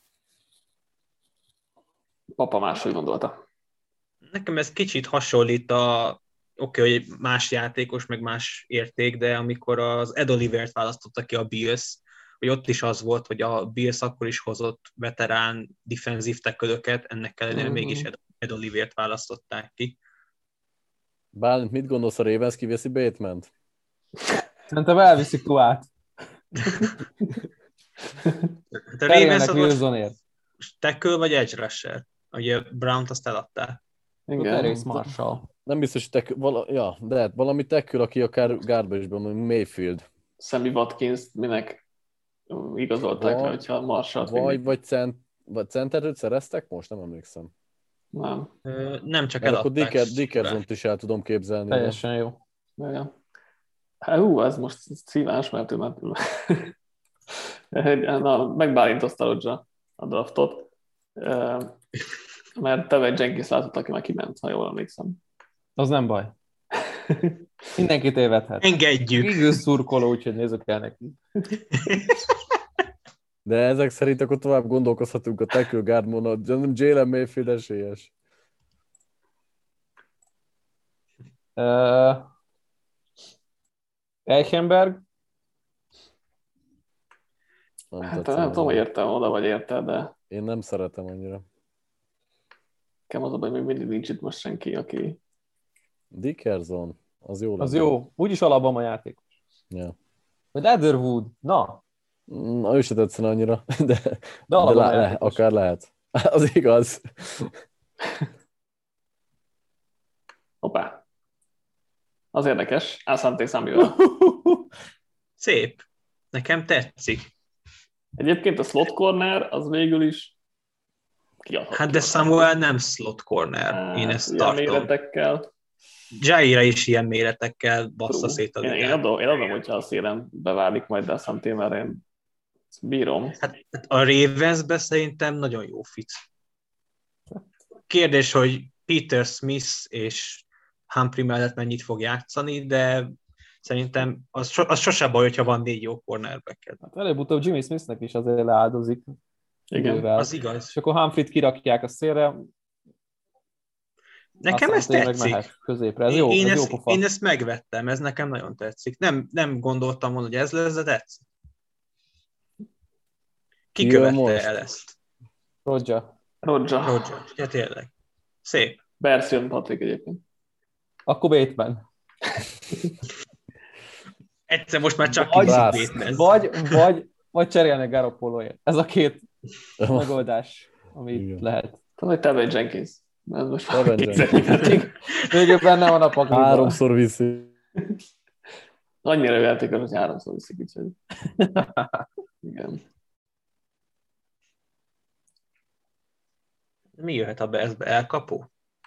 Papa máshogy gondolta. Nekem ez kicsit hasonlít a, oké, okay, hogy más játékos, meg más érték, de amikor az Ed Olivert választotta ki a Bills, hogy ott is az volt, hogy a Bills akkor is hozott veterán defensív tackle-öket, ennek ellenére uh-huh. mégis Ed, Ed Olivert választották ki. Bálint, mit gondolsz, a Ravens kiveszi Bateman-t? Szerintem elviszik Tuát. A Ravens az Wilsonért. tackle vagy edge rusher? Ugye Brown-t azt eladták. Terence Marshall. Nem biztos, hogy tek, vala, ja, de valami tackle, aki akár garbage-ben, Mayfield. Sammy Watkins minek igazolták le, hogyha Marshall-t Vagy, vagy, cent, vagy centerőt szereztek most? Nem emlékszem. Nem. Ö, nem csak Mert eladták. akkor Dicker, Dickersont is el tudom képzelni. Teljesen jó. Ja. Hú, ez most szívás, mert ő már... Na, megbálintozta Roger a draftot. Mert Tevin Jenkins látott, aki már kiment, ha jól emlékszem. Az nem baj. Mindenkit évedhet. Engedjük. Eagles szurkoló, úgyhogy nézzük el neki. De ezek szerint akkor tovább gondolkozhatunk a tackle guardmon, nem Jalen Mayfield esélyes. Uh, Eichenberg? Nem hát tetszem, nem tudom, hogy értem oda, vagy érte, de én nem szeretem annyira. nekem az a baj, hogy még mindig nincs itt most senki, aki... Dickerson, az jó. Az lenne. jó. Úgyis alapban a játékos. Ja. Vagy Leatherwood. Na. Na, ő se tetszene annyira, de, De, de alapban le, a le, játékos. akár lehet. Az igaz. Hoppá. Az érdekes. Asante Samuel. Szép. Nekem tetszik. Egyébként a slot corner az végül is kiadható. Hát de Samuel nem slot corner. Én ezt ilyen tartom. méretekkel. Jaire is ilyen méretekkel bassza True. szét a Én, én, ligát. adom, én adom, hogyha a szélen beválik majd Asante, mert én bírom. Hát a Ravensbe szerintem nagyon jó fit. Kérdés, hogy Peter Smith és Humphrey mellett mennyit fog játszani, de szerintem az, so, az sose baj, hogyha van négy jó cornerbacked. Hát előbb-utóbb Jimmy Smithnek is azért leáldozik. Igen, idővel. Az igaz. És akkor Humphrey-t kirakják a szélre. Nekem ez tetszik. Mehet középre. Ez jó, én, ez ezt, jó pofa. én ezt megvettem, ez nekem nagyon tetszik. Nem, nem gondoltam volna, hogy ez lesz, de tetszik. Ki Jön követte most? el ezt? Roger. Roger. Roger. Ja, tényleg. Szép. Bears jön, Patrik egyébként. Akkor Bateman. Egyszer most már csak Vagy- kicsit Vagy, vagy, vagy cserélnek Garoppoloért. Ez a két megoldás, ami Igen. itt lehet. Tudom, hogy Tevin Jenkins. Ez most Tevin kétszer Jenkins. mindenki. Végül benne van a pakliban. Háromszor viszi. Annyira jó játékos, hogy háromszor viszik, úgyhogy. Igen. Mi jöhet a Bearsbe? Elkapó?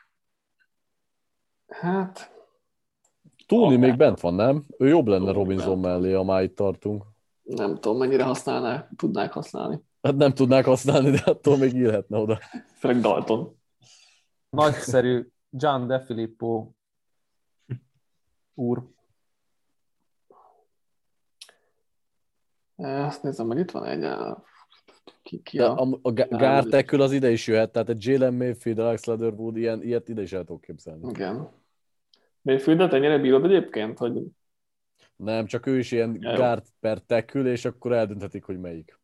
Hát, Tóni Akár. még bent van, nem? Ő jobb lenne Tóni Robinson bent. mellé, ha már itt tartunk. nem tudom, mennyire használnák, tudnák használni. Hát nem tudnák használni, de attól még illhetne oda. Főleg Dalton. Nagyszerű John DeFilippo úr. Azt nézem, hogy itt van egy... uh, Ki, ki De a... a, a Gártekül az ide is jöhet, tehát egy Jalen Mayfield, Alex Leatherwood, ilyen, ilyet ide is el tudok képzelni. Igen. Mayfieldet ennyire bírod egyébként, hogy Nem, csak ő is ilyen Ja, jó. Gárt per tekül, és akkor eldönthetik, hogy melyik.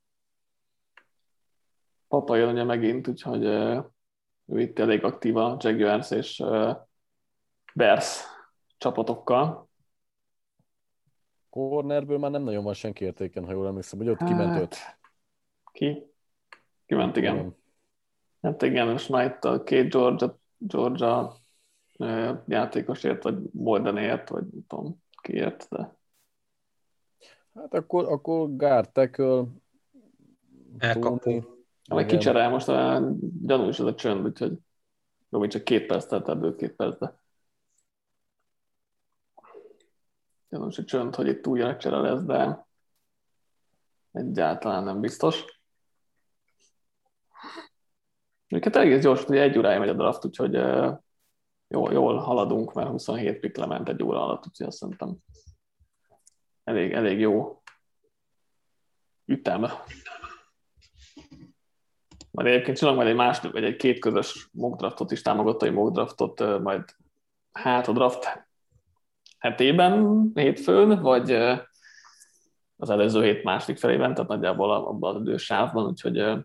Papa jön ugye megint, úgyhogy uh, ő itt elég aktív a Jaguars és uh, Bears csapatokkal. Cornerből már nem nagyon van senki értéken, ha jól emlékszem, hogy ott kiment öt. Ki? Kiment, igen. Hát igen, most már itt a két Georgia, Georgia uh, játékosért, vagy Moldenért, vagy nem tudom kiért, de Hát akkor, akkor Guard tackle, Elkapó. Tóni. Vagy Igen. kicserel most a gyanús ez a csönd, úgyhogy jó, még csak két perc telt ebből két percbe. Gyanús a csönd, hogy itt újra csere lesz, de egyáltalán nem biztos. Őket egész gyors, hogy egy órája megy a draft, úgyhogy uh, jól, jól haladunk, mert huszonhét pick lement egy óra alatt, úgyhogy azt szerintem elég, elég jó ütem. Majd egyébként csinálunk majd egy más, vagy egy két közös mock draftot is, támogatói mock draftot, uh, majd hát a draft hetében, hétfőn, vagy uh, az előző hét második felében, tehát nagyjából abban az idősávban, úgyhogy uh,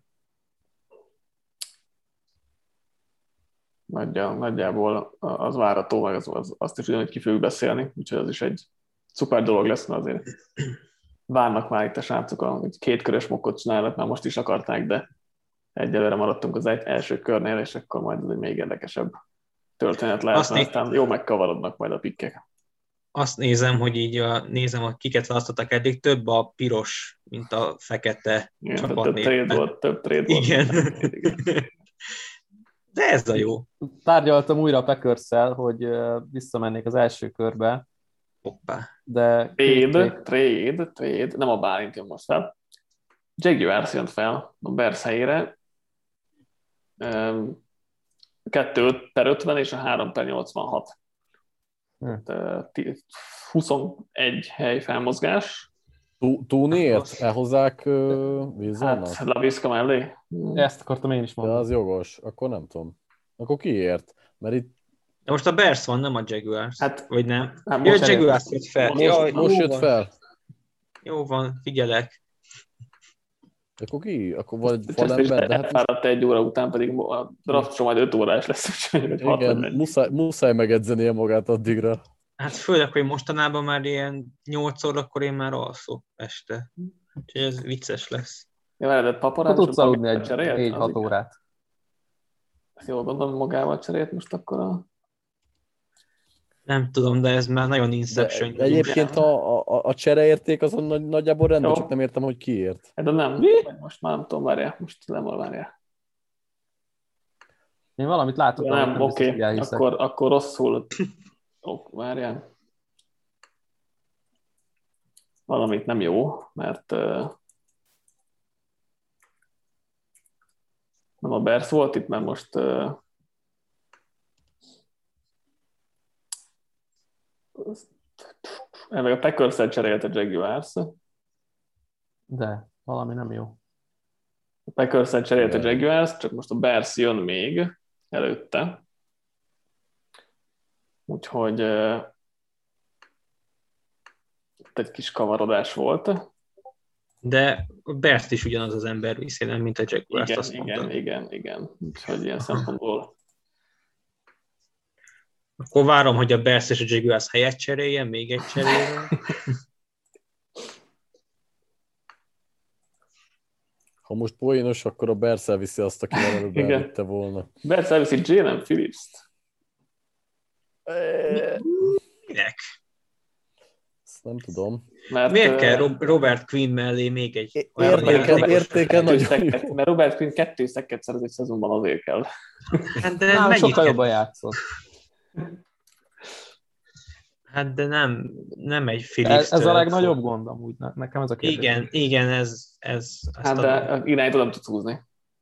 Nagyjá, nagyjából az várható, meg az, az, azt is ugyanúgy ki fogjuk beszélni, úgyhogy az is egy szuper dolog lesz, mert azért várnak már itt a srácok, hogy két körös mokkot csinálnak, már most is akarták, de egyelőre maradtunk az egy első körnél, és akkor majd ez egy még érdekesebb történet lehet, Azt mert né- aztán jó megkavarodnak majd a pikkek. Azt nézem, hogy így a, nézem, hogy kiket választottak eddig, több a piros, mint a fekete Igen, csapat több név. trade volt, több trade volt. Igen. Igen. De ez a jó. Tárgyaltam újra a Packers-szel, hogy uh, visszamennék az első körbe, Hoppá. de Trade, trade, trade, nem a Bálint jön most fel. Jaguars jön fel a Bears helyére. kettő per ötven és a három per nyolcvanhat. Hm. huszonegy hely felmozgás. Tó- Tóniért elhozzák uh, Wilsonnak? Hát Laviska mellé. ezt akartam én is De mondani. az jogos, akkor nem tudom. Akkor kiért? Mert itt De most a Bears van, nem a Jaguars. Hát- Vagy nem? hát Ja, a most Jaguars jött fel. most- Jaj, most jó jött van. fel. Jó van, figyelek. Akkor ki? Akkor vagy Ezt is falember, de hát most, elfáradt egy óra után, pedig a draft majd öt órás lesz, úgyhogy vagy hat vagy igen, mennyi. muszáj, muszáj megedzenie magát addigra. Hát főleg, hogy mostanában már ilyen nyolc órakor én már alszok este. Úgyhogy ez vicces lesz. Ja, várj, de Akkor paparács, tudsz aludni egy cserélt? négy-hat Az igen. órát. Ezt jól gondolom, magával cserélt most akkor a... Nem tudom, de ez már nagyon De Inception. egyébként a, a, a csereérték azon nagy, nagyjából rendben, Jó. csak nem értem, hogy kiért. Hát de nem, most már nem tudom, várjál, most nem várjál. Én valamit látok, Ja, amit nem, nem biztos, oké, hogy elhiszek. akkor, akkor rosszul. Ó, várjál. Valamit nem jó, mert uh, nem a Bears volt itt, mert most uh, meg a Packers-el cserélte Jaguars. De valami nem jó. A Packers-el cserélte Igen. Jaguars, csak most a Bears jön még előtte. Úgyhogy uh, egy kis kavarodás volt. De a Bears is ugyanaz az ember viszi, nem, mint a Jaguars, Igen, azt mondtam. igen, igen, igen. Úgyhogy ilyen szempontból. Akkor várom, hogy a Bears és a Jaguars helyet cseréljen, még egy cseréljen. Ha most poénos, akkor a Bears elviszi azt, aki előbb Igen. elvitte volna. Bears elviszi Jalen Phillips-t. Minek? Ezt nem tudom. Mert, Miért kell uh, Rob- Robert Quinn mellé még egy É- olyan értéken- játékos? értéken kettő nagyon jó. szekket, mert Robert Quinn kettő szekket szerez egy szezonban, azért kell. Hát de Nálam mennyit sokkal kell? jobban játszott. Hát de nem, nem egy Ez, Phillips. ez a legnagyobb gond amúgy. Ne- Nekem ez a kérdés. Igen, igen, ez... ez Hát de irányító nem tudsz húzni.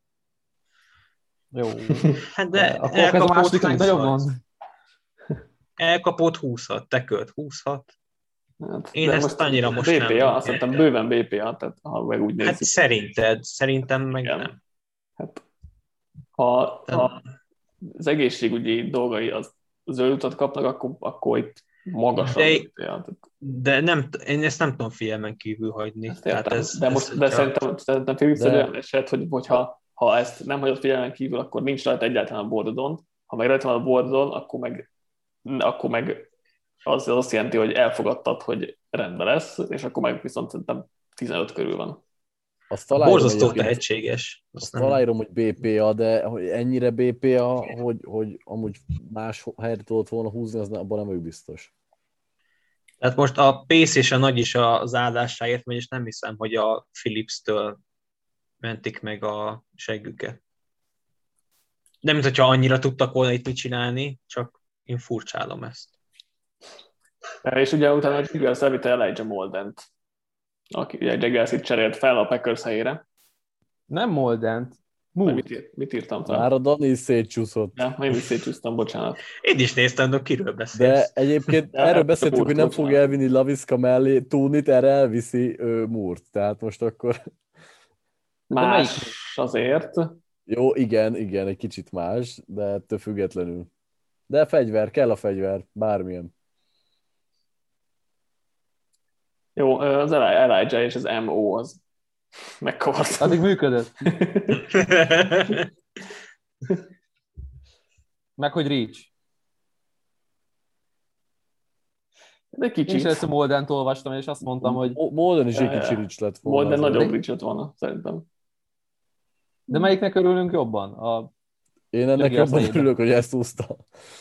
Jó. hát de Akkor ez a második legnagyobb gond. Elkapott húszhat, tekört húszhat. Hát, Én de ezt annyira most bé nem pé á, azt értem. hiszem bőven bé pé á, tehát ha meg úgy Hát nézzük. szerinted, szerintem meg Igen. nem. Hát, ha, ha az egészségügyi dolgai az zöld utat kapnak, akkor, akkor itt magasabb De- bé pé á. Tehát De nem, én ezt nem tudom figyelmen kívül hagyni. ezt értem. ez, de most ez, de hogyha- szerintem, szerintem Philips De- egy olyan eset, hogy hogyha ha ezt nem hagyod figyelmen kívül, akkor nincs rajta egyáltalán a boardodon. Ha meg rajta van a boardodon, akkor meg, akkor meg az azt jelenti, hogy elfogadtad, hogy rendben lesz, és akkor meg viszont szerintem tizenöt körül van. Azt aláírom, borzasztó egyébként- tehetséges. Azt Azt nem. aláírom, hogy bé pé á, de hogy ennyire bé pé á, hogy, hogy amúgy más helyre tudott volna húzni, az ne- abban nem vagyok biztos. Tehát most a Pace és a nagy is az áldásáért megy, és nem hiszem, hogy a Philips-től mentik meg a seggüket. Nem, mint hogyha annyira tudtak volna itt mit csinálni, csak én furcsálom ezt. És ugye utána a Jaguars elvitte Elijah Moldent, aki ugye Jaguars itt cserélt fel a Packers helyére. Nem Moldent. Vagy Moore. Mit, írt, mit írtam fel? Már a Dani is szétcsúszott. Ja, én is szétcsúsztam, bocsánat. Én is néztem, de kiről beszélsz. De egyébként Ja, erről a beszéltük, hogy nem Moore-t, fogja elvinni Laviska mellé, Tónit, erre elviszi ő, Moore-t. Tehát most akkor... Más azért. Jó, igen, igen, egy kicsit más, de ettől függetlenül. De fegyver, kell a fegyver, bármilyen. Jó, az Elijah és az em o az megkavart. Addig működött. Meg hogy Reach. De Én is kicsit. először Moldent olvastam, és azt mondtam, hogy Mo- Molden is Ja, egy ja. kicsi rics lett volna. Molden azért. nagyobb ricset van, szerintem. de melyiknek örülünk jobban? A... Én ennek Jaguars jobban helyében. örülök, hogy ezt húzta.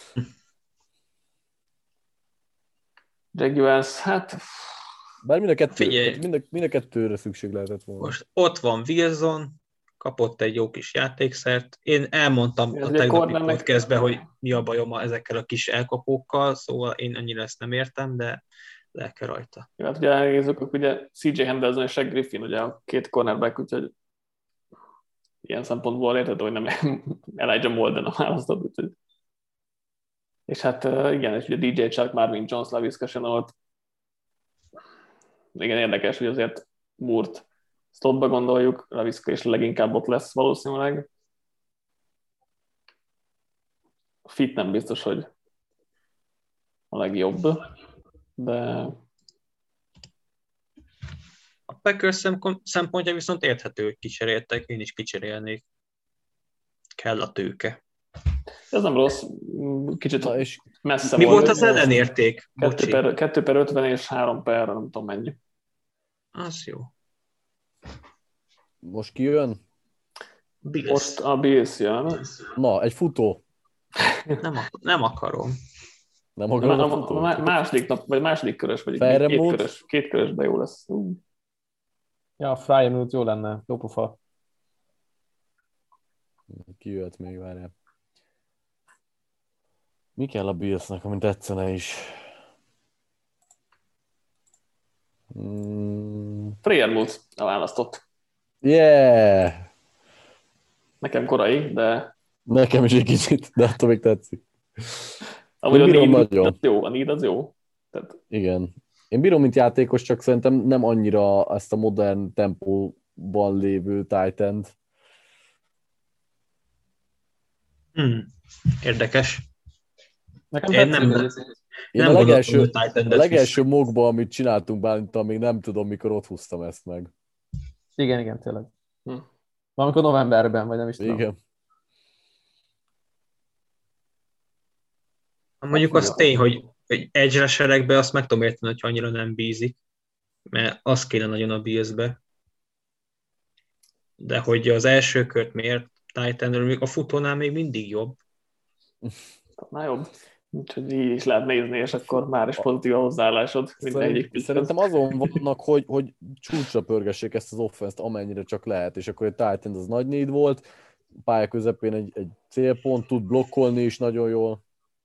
Jaguars, hát Bár mind a, kettő, Figyelj. mind, a, mind a kettőre szükség lehetett volna. Most ott van Wilson, kapott egy jó kis játékszert. Én elmondtam Ez a ugye tegnapi cornernek- podcastben, hogy mi a bajom ezekkel a kis elkapókkal, szóval én annyira ezt nem értem, de lelke rajta. hát ugye elnézzük, akkor ugye cé jé Henderson és Shaq Griffin, ugye a két cornerback, úgyhogy ilyen szempontból érted, hogy nem Elijah Molden a választott, úgyhogy. És hát uh, igen, és ugye dé jé Chark, Marvin Jones, Laviska Shenault. Igen, érdekes, hogy azért Moore-t slotba gondoljuk, Laviska is leginkább ott lesz valószínűleg. A fit nem biztos, hogy a legjobb, de A Packers szem- szempontja viszont érthető, hogy kicseréltek, én is kicserélnék. Kell a tőke. ez nem rossz, kicsit Na, és messze Mi volt volt. az ellenérték? kettő Bocsi. per, kettő per ötven és három per, nem tudom mennyi. Az jó. most ki jön? Bills. Most a Bills jön. Na, egy futó. Nem, ak- nem akarom. Nem A, akarod a a, a, futó? a második nap, vagy második körös, vagy Fejre két mód? körös, két körösben jó lesz. Ú. ja, a Fryer jó lenne, jó pofa. Ki jöhet még, várjál. Mi kell a Billsnek, amit tetszene is? Mm, Freiermuth a választott. yeah! Nekem korai, de Nekem is egy kicsit, de attól még tetszik. amúgy a bírom need, nagyon. az jó, a need az jó. Tehát Igen. Én bírom, mint játékos, csak szerintem nem annyira ezt a modern tempóban lévő Titan-t. Hmm. Érdekes. Nekem Én tetszik nem, egyébként. Én nem a gondoltam, legelső, hogy Titan a legelső mokba, amit csináltunk Bálintal, még nem tudom, mikor ott húztam ezt meg. Igen, igen, tényleg. Hm. Valamikor novemberben, vagy nem is tudom. Igen. Mondjuk az tény, hogy egy edge seregbe azt meg tudom érteni, hogy annyira nem bízik, mert az kéne nagyon a Bills-be. De hogy az első kört miért Titanről, még a futónál még mindig jobb. Na jobb. Úgyhogy így is lehet nézni, és akkor már is pozitív a hozzáállásod mindegyik Szerint, szerintem azon vannak, hogy, hogy csúcsra pörgessék ezt az offenszt, amennyire csak lehet, és akkor egy Titan az nagy need volt, pálya közepén egy, egy célpont, tud blokkolni is nagyon jól.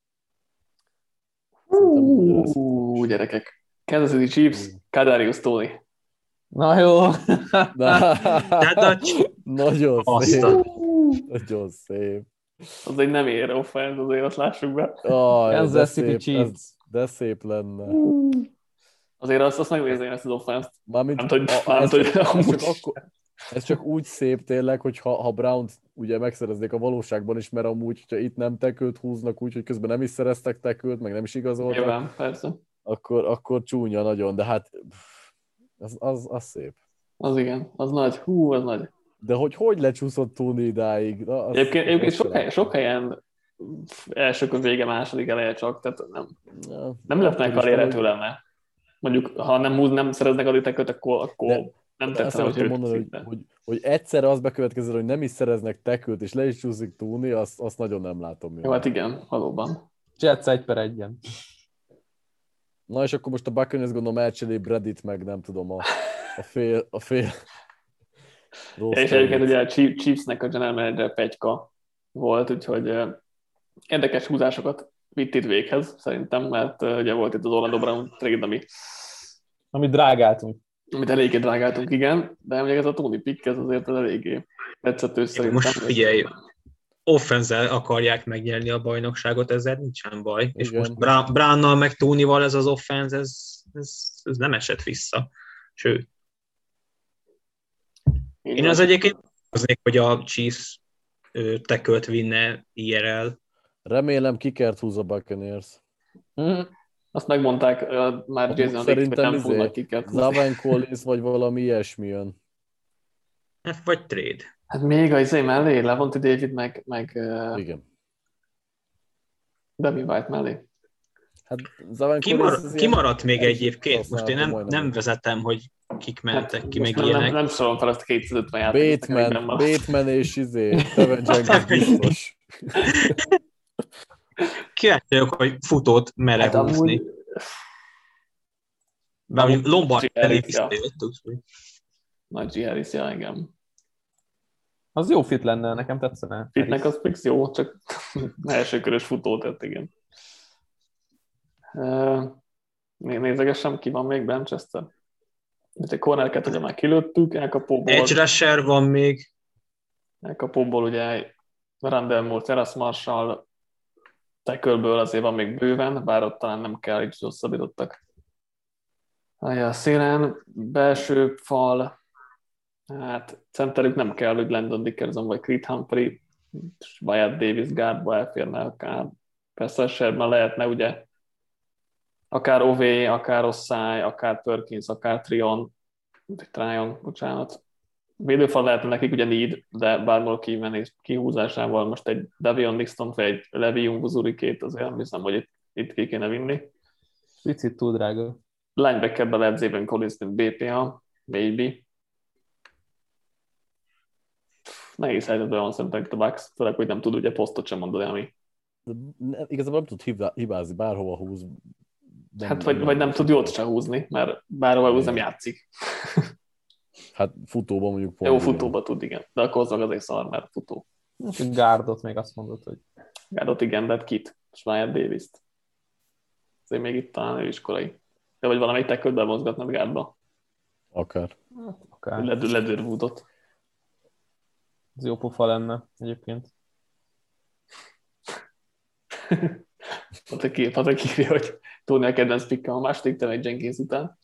Hú, gyerekek. Kansas City Chiefs, Kadarius Toney. Na jó. Na, De nagyon Azt szép. a- Nagyon szép. Az egy nem ér offense, azért azt lássuk be. Aj, de Kansas City szép, Chiefs. ez, de szép lenne. Azért azt, azt megnézni ezt az offense-t. Mármint, Nem tudom, a, nem ez, tudom, csak, ez, amúgy. csak akkor, ez csak úgy szép tényleg, hogy ha, ha Brownt ugye megszereznék a valóságban is, mert amúgy, hogyha itt nem tekőt húznak úgy, hogy közben nem is szereztek tekőt, meg nem is igazoltak, Nyilván, persze. akkor, akkor csúnya nagyon, de hát pff, az, az, az szép. Az igen, az nagy. Hú, az nagy. De hogy hogy lecsúszott Tóni idáig? Na, az, Egyébként, egyébként az sok, sem helyen, sok helyen első kör vége, második eleje csak, tehát nem, Ja, nem lehetnek akkor is elérhető valahogy- lenne. Mondjuk, ha nem húz, nem szereznek adéteköt, akkor, akkor De- nem De azt tettem, hogy akartam őt mondani, szinte. hogy, hogy, hogy egyszerre az bekövetkezik, hogy nem is szereznek tekőt, és le is csúszik Tóni, azt, azt nagyon nem látom. Jó, hát igen, valóban. Jets egy per egyen. Na és akkor most a Buccaneers gondolom elcserél Bradit, meg nem tudom, a, a fél... A fél Ja, és egyébként ugye a Chief- Chiefsnek a general manager Petyka volt, úgyhogy uh, érdekes húzásokat vitt itt véghez, szerintem, mert uh, ugye volt itt az Orlando Brown trade, ami, Amit drágáltunk. amit eléggé drágáltunk, igen, de ugye ez a Tony Pick, ez azért az eléggé tetszetős szerintem. Most figyelj, offenzel akarják megnyerni a bajnokságot, ezzel nincsen baj. És Igen. most Brown- Brownnal meg Tónival ez az offense, ez, ez, ez nem esett vissza. Sőt, Így én van. az egyébként aznék, hogy a Chiefs ö, tekölt vinne i er el. Remélem kikert húz a Buccaneers. Mhm. Azt megmondták uh, már Amúgy Jason Rick, hogy szerintem nem fognak izé, kiket. Zaven Collins, vagy valami ilyesmi jön. Hát, vagy trade. Hát még a izé mellé, Levonti David, meg, meg uh, Igen. Demi White mellé. Hát Zaven Kimar- Collins... az ilyen- kimaradt még el is egyébként, most én nem, használtam nem vezetem, hogy kik mentek ki, meg Hát most nem, nem, ilyenek. nem sorolom fel azt a kétszázötven játékot. Bateman, Bateman és izé, Tevin Jenkins biztos. Kíváncsi vagyok, hogy futót mere Hát húzni. amúgy... Bár mondjuk Lombard elég Harris, ja. visszajöttük. Nagy G. Harris, ja, engem. Az jó fit lenne, nekem tetszene. Fitnek az fix jó, csak első körös futó tett, igen. Uh, nézegessem, ki van még Manchester. Ugye cornerket ugye már kilőttük, elkapóból, Edge rusher van még. elkapóból ugye Randall Moore, Terrace Marshall, tackle-ből azért van még bőven, bár ott talán nem kell, így hosszabbítottak. A szélen belső fal, hát centerük nem kell, hogy Landon Dickerson vagy Creed Humphrey, Wyatt Davis guardba elférne akár. Persze Sherman lehetne ugye akár Ové, akár Ossai, akár Perkins, akár Trion, Tryon, bocsánat. Védőfal lehetne nekik ugye need, de bármol kimenni kihúzásával most egy Davion Nixon vagy egy Levi Unguzurikét azért nem hiszem, hogy itt, itt ki kéne vinni. Picit túl drága. Linebackerbe lehet Zében Collins, mint bé pé á, maybe. Nehéz helyzetben van szerintem itt a Bucks, főleg, hogy nem tud ugye posztot sem mondani, ami... De ne, igazából nem tud hibá, hibázni, bárhova húz. Nem, Hát vagy, vagy nem tud jót se húzni, mert bárhova húz nem játszik. Hát futóban mondjuk pont. Jó, igen. futóba tud, igen. De akkor az meg azért szar, mert futó. Gárdot még azt mondod, hogy Gádot igen, de hát kit? Wyatt Davis-t. Azért még itt talán ő is korai. De vagy valamelyik tekölben mozgatnak Gádba. Akár. akár. Ledő, Ledőrwoodot. Ez jó pofa lenne egyébként. Patrik, Patrik írja, hogy Tóni a kedvenc pikkem a második, te egy Jenkins után.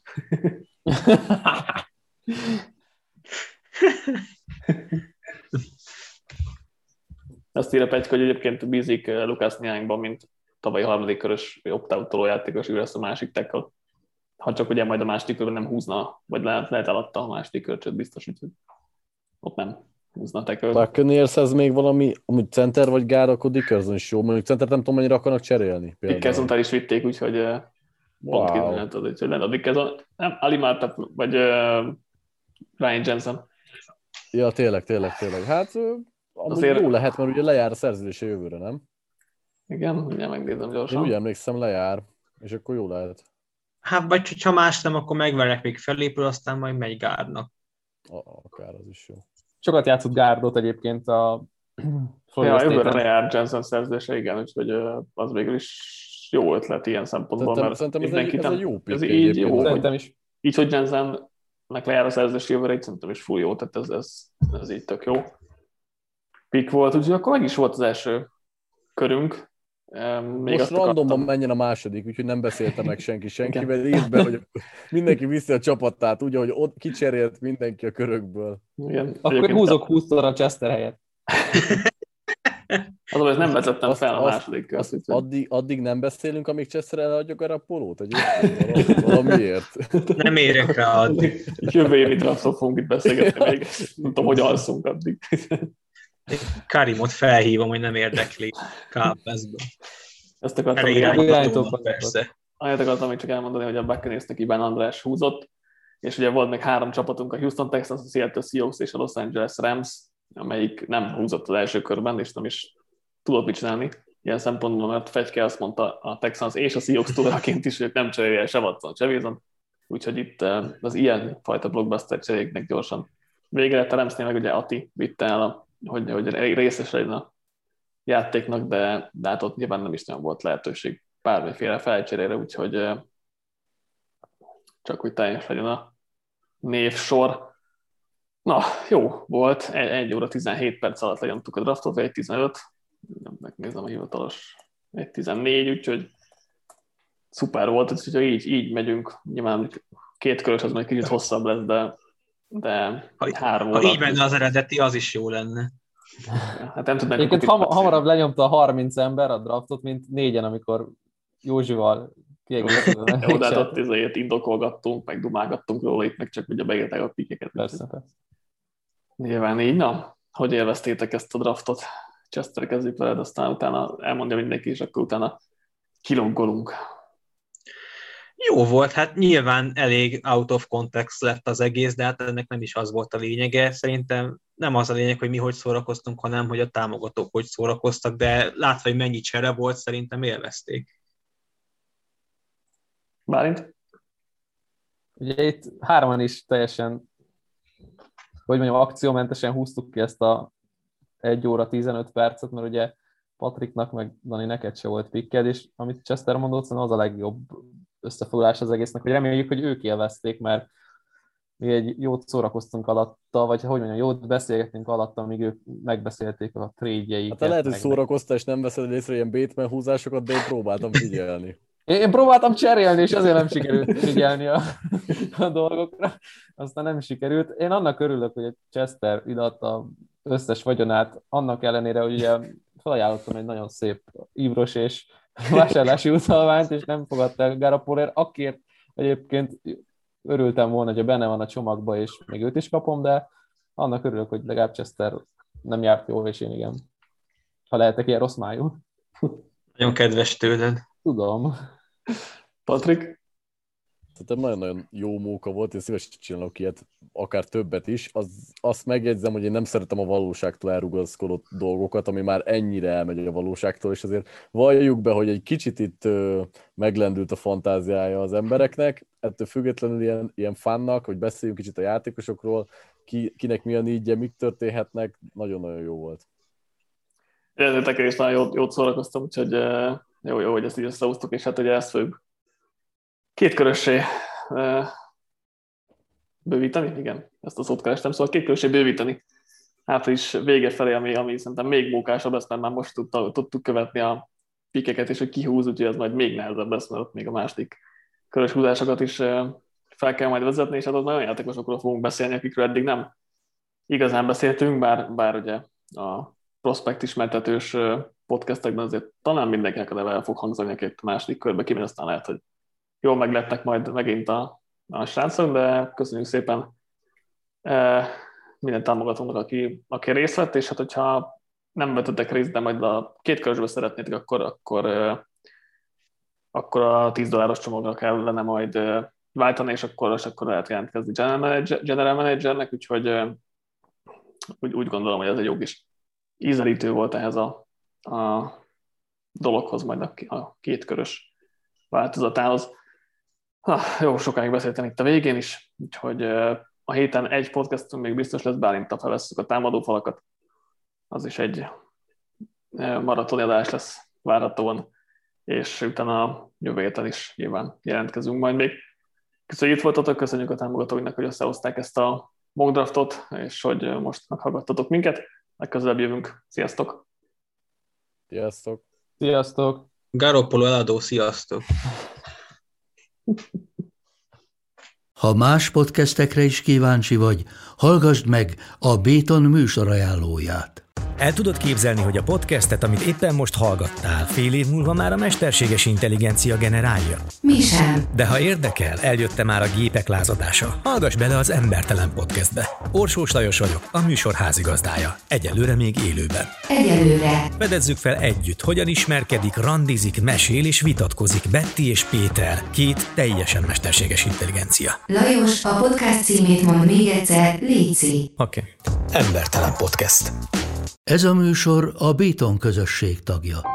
Azt írja Petyka, hogy egyébként bízik Lucas Niangban, mint tavalyi harmadik körös opt-out tolójátékos, ő lesz a másik tackle. Ha csak ugye majd a második körben nem húzna, vagy lehet, lehet alatta a második körcsöt biztos, úgyhogy ott nem húzna tackle. Buccaneers ez még valami, amúgy center vagy gárd, akkor Dickerson is jó. Mondjuk center nem tudom, mennyire akarnak cserélni. Dickerson el is vitték, úgyhogy pont wow. Kívül nem tudod, úgyhogy lenne a Dickerson. Nem, Ali Marta, vagy uh, Ryan Jensen. Ja, tényleg, tényleg, tényleg. Hát amúgy azért... jó lehet, mert ugye lejár a szerződése jövőre, nem? Igen, ugye megnézem gyorsan. Én úgy emlékszem, lejár, és akkor jó lehet. Hát, vagy ha más nem, akkor megverek még felépül, aztán majd megy gárdnak. Ah, akár az is jó. Sokat játszott gárdot egyébként a Ja, jövőre lejár Jensen szerződése, igen, úgyhogy az végül is jó ötlet ilyen szempontból, szerintem, mert szerintem ez, egy, ez nem, egy jó pick. Ez így jó, szerintem is. Így, hogy Jensennek lejár a szerződése jövőre, így szerintem is full jó, tehát ez, ez, ez így tök jó pick volt, úgyhogy akkor meg is volt az első körünk. Még most randomban menjen a második, úgyhogy nem beszéltem meg senki senkivel. Írd be, hogy mindenki viszi a csapatát, úgy, hogy ott kicserélt mindenki a körökből. Igen. Akkor húzok húszszor a Chester helyet. Azon, hogy nem vezettem azt, fel a második közt. Addig, addig nem beszélünk, amíg Chester eladjuk a polót egyébként? Valamiért. Nem érek rá addig. Jövő évi draftot fogunk itt beszélgetni még. Nem tudom, hogy alszunk addig. Karimot felhívom, hogy nem érdekli Kápeszből. Ezt akartam még elmondani. Persze. Annyit akartam még csak elmondani, hogy a Buccaneersnek Iván András húzott, és ugye volt még három csapatunk, a Houston Texans, a Seattle Seahawks és a Los Angeles Rams, amelyik nem húzott az első körben, és nem is tudott mit csinálni. Ilyen szempontból, mert Fegyke azt mondta a Texans és a Seahawks túraként is, hogy nem cserélje se Watson, se Wilson. Úgyhogy itt az ilyen fajta blockbuster cseréknek gyorsan vége lett. A Ramsnél meg ugye Ati vitte el, a, hogy, hogy részes legyen a játéknak, de, de hát ott nyilván nem is nagyon volt lehetőség bármiféle felcserére, úgyhogy csak hogy teljes legyen a névsor. Na, jó volt, egy óra tizenhét perc alatt lenyomtuk a draftot, vagy egy tizenöt, megnézem a hivatalos, egy tizennégy, úgyhogy szuper volt, úgyhogy így, így megyünk, nyilván két körös az majd kicsit hosszabb lesz, de, de ha, három óra. Ha így menne az eredeti, az is jó lenne. Hát nem tudnánk. Egyébként ham- hamarabb lenyomta a harminc ember a draftot, mint négyen, amikor Józsival kiegészítve. Jó, de hát ott ezért indokolgattunk, meg dumálgattunk róla, itt meg csak ugye beírták a pikeket. Persze, persze. Nyilván így, na, hogy élveztétek ezt a draftot? Chester, kezdjük veled, aztán utána elmondja mindenki, és akkor utána kiloggolunk. Jó volt, hát nyilván elég out of context lett az egész, de hát ennek nem is az volt a lényege. Szerintem nem az a lényeg, hogy mi hogy szórakoztunk, hanem hogy a támogatók hogy szórakoztak, de látva, hogy mennyi csere volt, szerintem élvezték. Bálint? Ugye itt hárman is teljesen, hogy mondjam, akciómentesen húztuk ki ezt a egy óra tizenöt percet, mert ugye Patriknak, meg Dani, neked se volt pikked, és amit Chester mondott, szerintem az a legjobb összefoglalás az egésznek, hogy reméljük, hogy ők élvezték, mert mi egy jót szórakoztunk alatta, vagy hogy mondjam, jót beszélgettünk alatta, amíg ők megbeszélték a trade-jeiket. Hát lehet, hogy szórakoztál, és nem veszed észre ilyen Bateman húzásokat, de én próbáltam figyelni. Én próbáltam cserélni, és azért nem sikerült figyelni a, a dolgokra. Aztán nem sikerült. Én annak örülök, hogy a Chester ideadta összes vagyonát, annak ellenére, hogy ugye felajánlottam egy nagyon szép ívros és vásárlási utalványt, és nem fogadta el Garapolért, akért egyébként örültem volna, hogyha benne van a csomagba, és még őt is kapom, de annak örülök, hogy legalább Chester nem járt jól, és én igen. Ha lehetek ilyen rossz májú. Nagyon kedves tőled. Tudom. Patrik? Szerintem nagyon-nagyon jó móka volt, én szívesen csinálok ilyet, akár többet is. Az, azt megjegyzem, hogy én nem szeretem a valóságtól elrugaszkodott dolgokat, ami már ennyire elmegy a valóságtól, és azért valljuk be, hogy egy kicsit itt ö, meglendült a fantáziája az embereknek, ettől függetlenül ilyen, ilyen fannak, hogy beszéljünk kicsit a játékosokról, ki, kinek milyen ígye, mik történhetnek, nagyon-nagyon jó volt. Ezért is nagyon jót, jót szórakoztam, úgyhogy jó, jó, hogy ezt így összehúztuk, és hát ugye ezt fogjuk két körössé uh, bővíteni, igen, ezt a szót kerestem, szóval két körössé bővíteni. Hát is vége felé, ami, ami szerintem még mókásabb lesz, mert már most tudta, tudtuk követni a pikeket, és hogy kihúz, úgyhogy ez majd még nehezebb lesz, mert ott még a második körös húzásokat is fel kell majd vezetni, és hát ott már olyan játékosokról fogunk beszélni, akikről eddig nem igazán beszéltünk, bár, bár ugye a prospekt ismertetős podcastekben azért talán mindenkinek a neve el fog hangzani a két második körbe, kimen aztán lehet, hogy jól meglettek majd megint a, a srácok, de köszönjük szépen e, minden támogatónak, aki, aki részt vett, és hát hogyha nem vettetek részt, de majd a két körösbe szeretnétek, akkor, akkor, e, akkor a tíz dolláros csomagra kellene majd e, váltani, és akkor, és akkor lehet jelentkezni general, manager, general managernek, úgyhogy e, úgy, úgy gondolom, hogy ez egy jó kis ízelítő volt ehhez a, a dologhoz, majd a, a kétkörös változatához. Ha, jó, sokáig beszéltem itt a végén is, úgyhogy a héten egy podcastunk még biztos lesz, Bálinta felvesszük a támadófalakat. Az is egy maratoni adás lesz várhatóan, és utána a jövő héten is nyilván jelentkezünk majd még. Köszönjük, itt voltatok, köszönjük a támogatóinak, hogy összehozták ezt a mock draftot, és hogy most meghallgattatok minket. Legközelebb jövünk. Sziasztok! Sziasztok! Sziasztok! Garoppolo eladó, sziasztok! Ha más podcastekre is kíváncsi vagy, hallgassd meg a Béton műsor ajánlóját. El tudod képzelni, hogy a podcastet, amit éppen most hallgattál, fél év múlva már a mesterséges intelligencia generálja? Mi sem. De ha érdekel, eljötte már a gépek lázadása. Hallgass bele az Embertelen Podcastbe. Orsós Lajos vagyok, a műsor házigazdája. Egyelőre még élőben. Egyelőre. Fedezzük fel együtt, hogyan ismerkedik, randizik, mesél és vitatkozik Betty és Péter, két teljesen mesterséges intelligencia. Lajos, a podcast címét mond még egyszer, léci. Oké. Okay. Embertelen Podcast. Ez a műsor a Béton közösség tagja.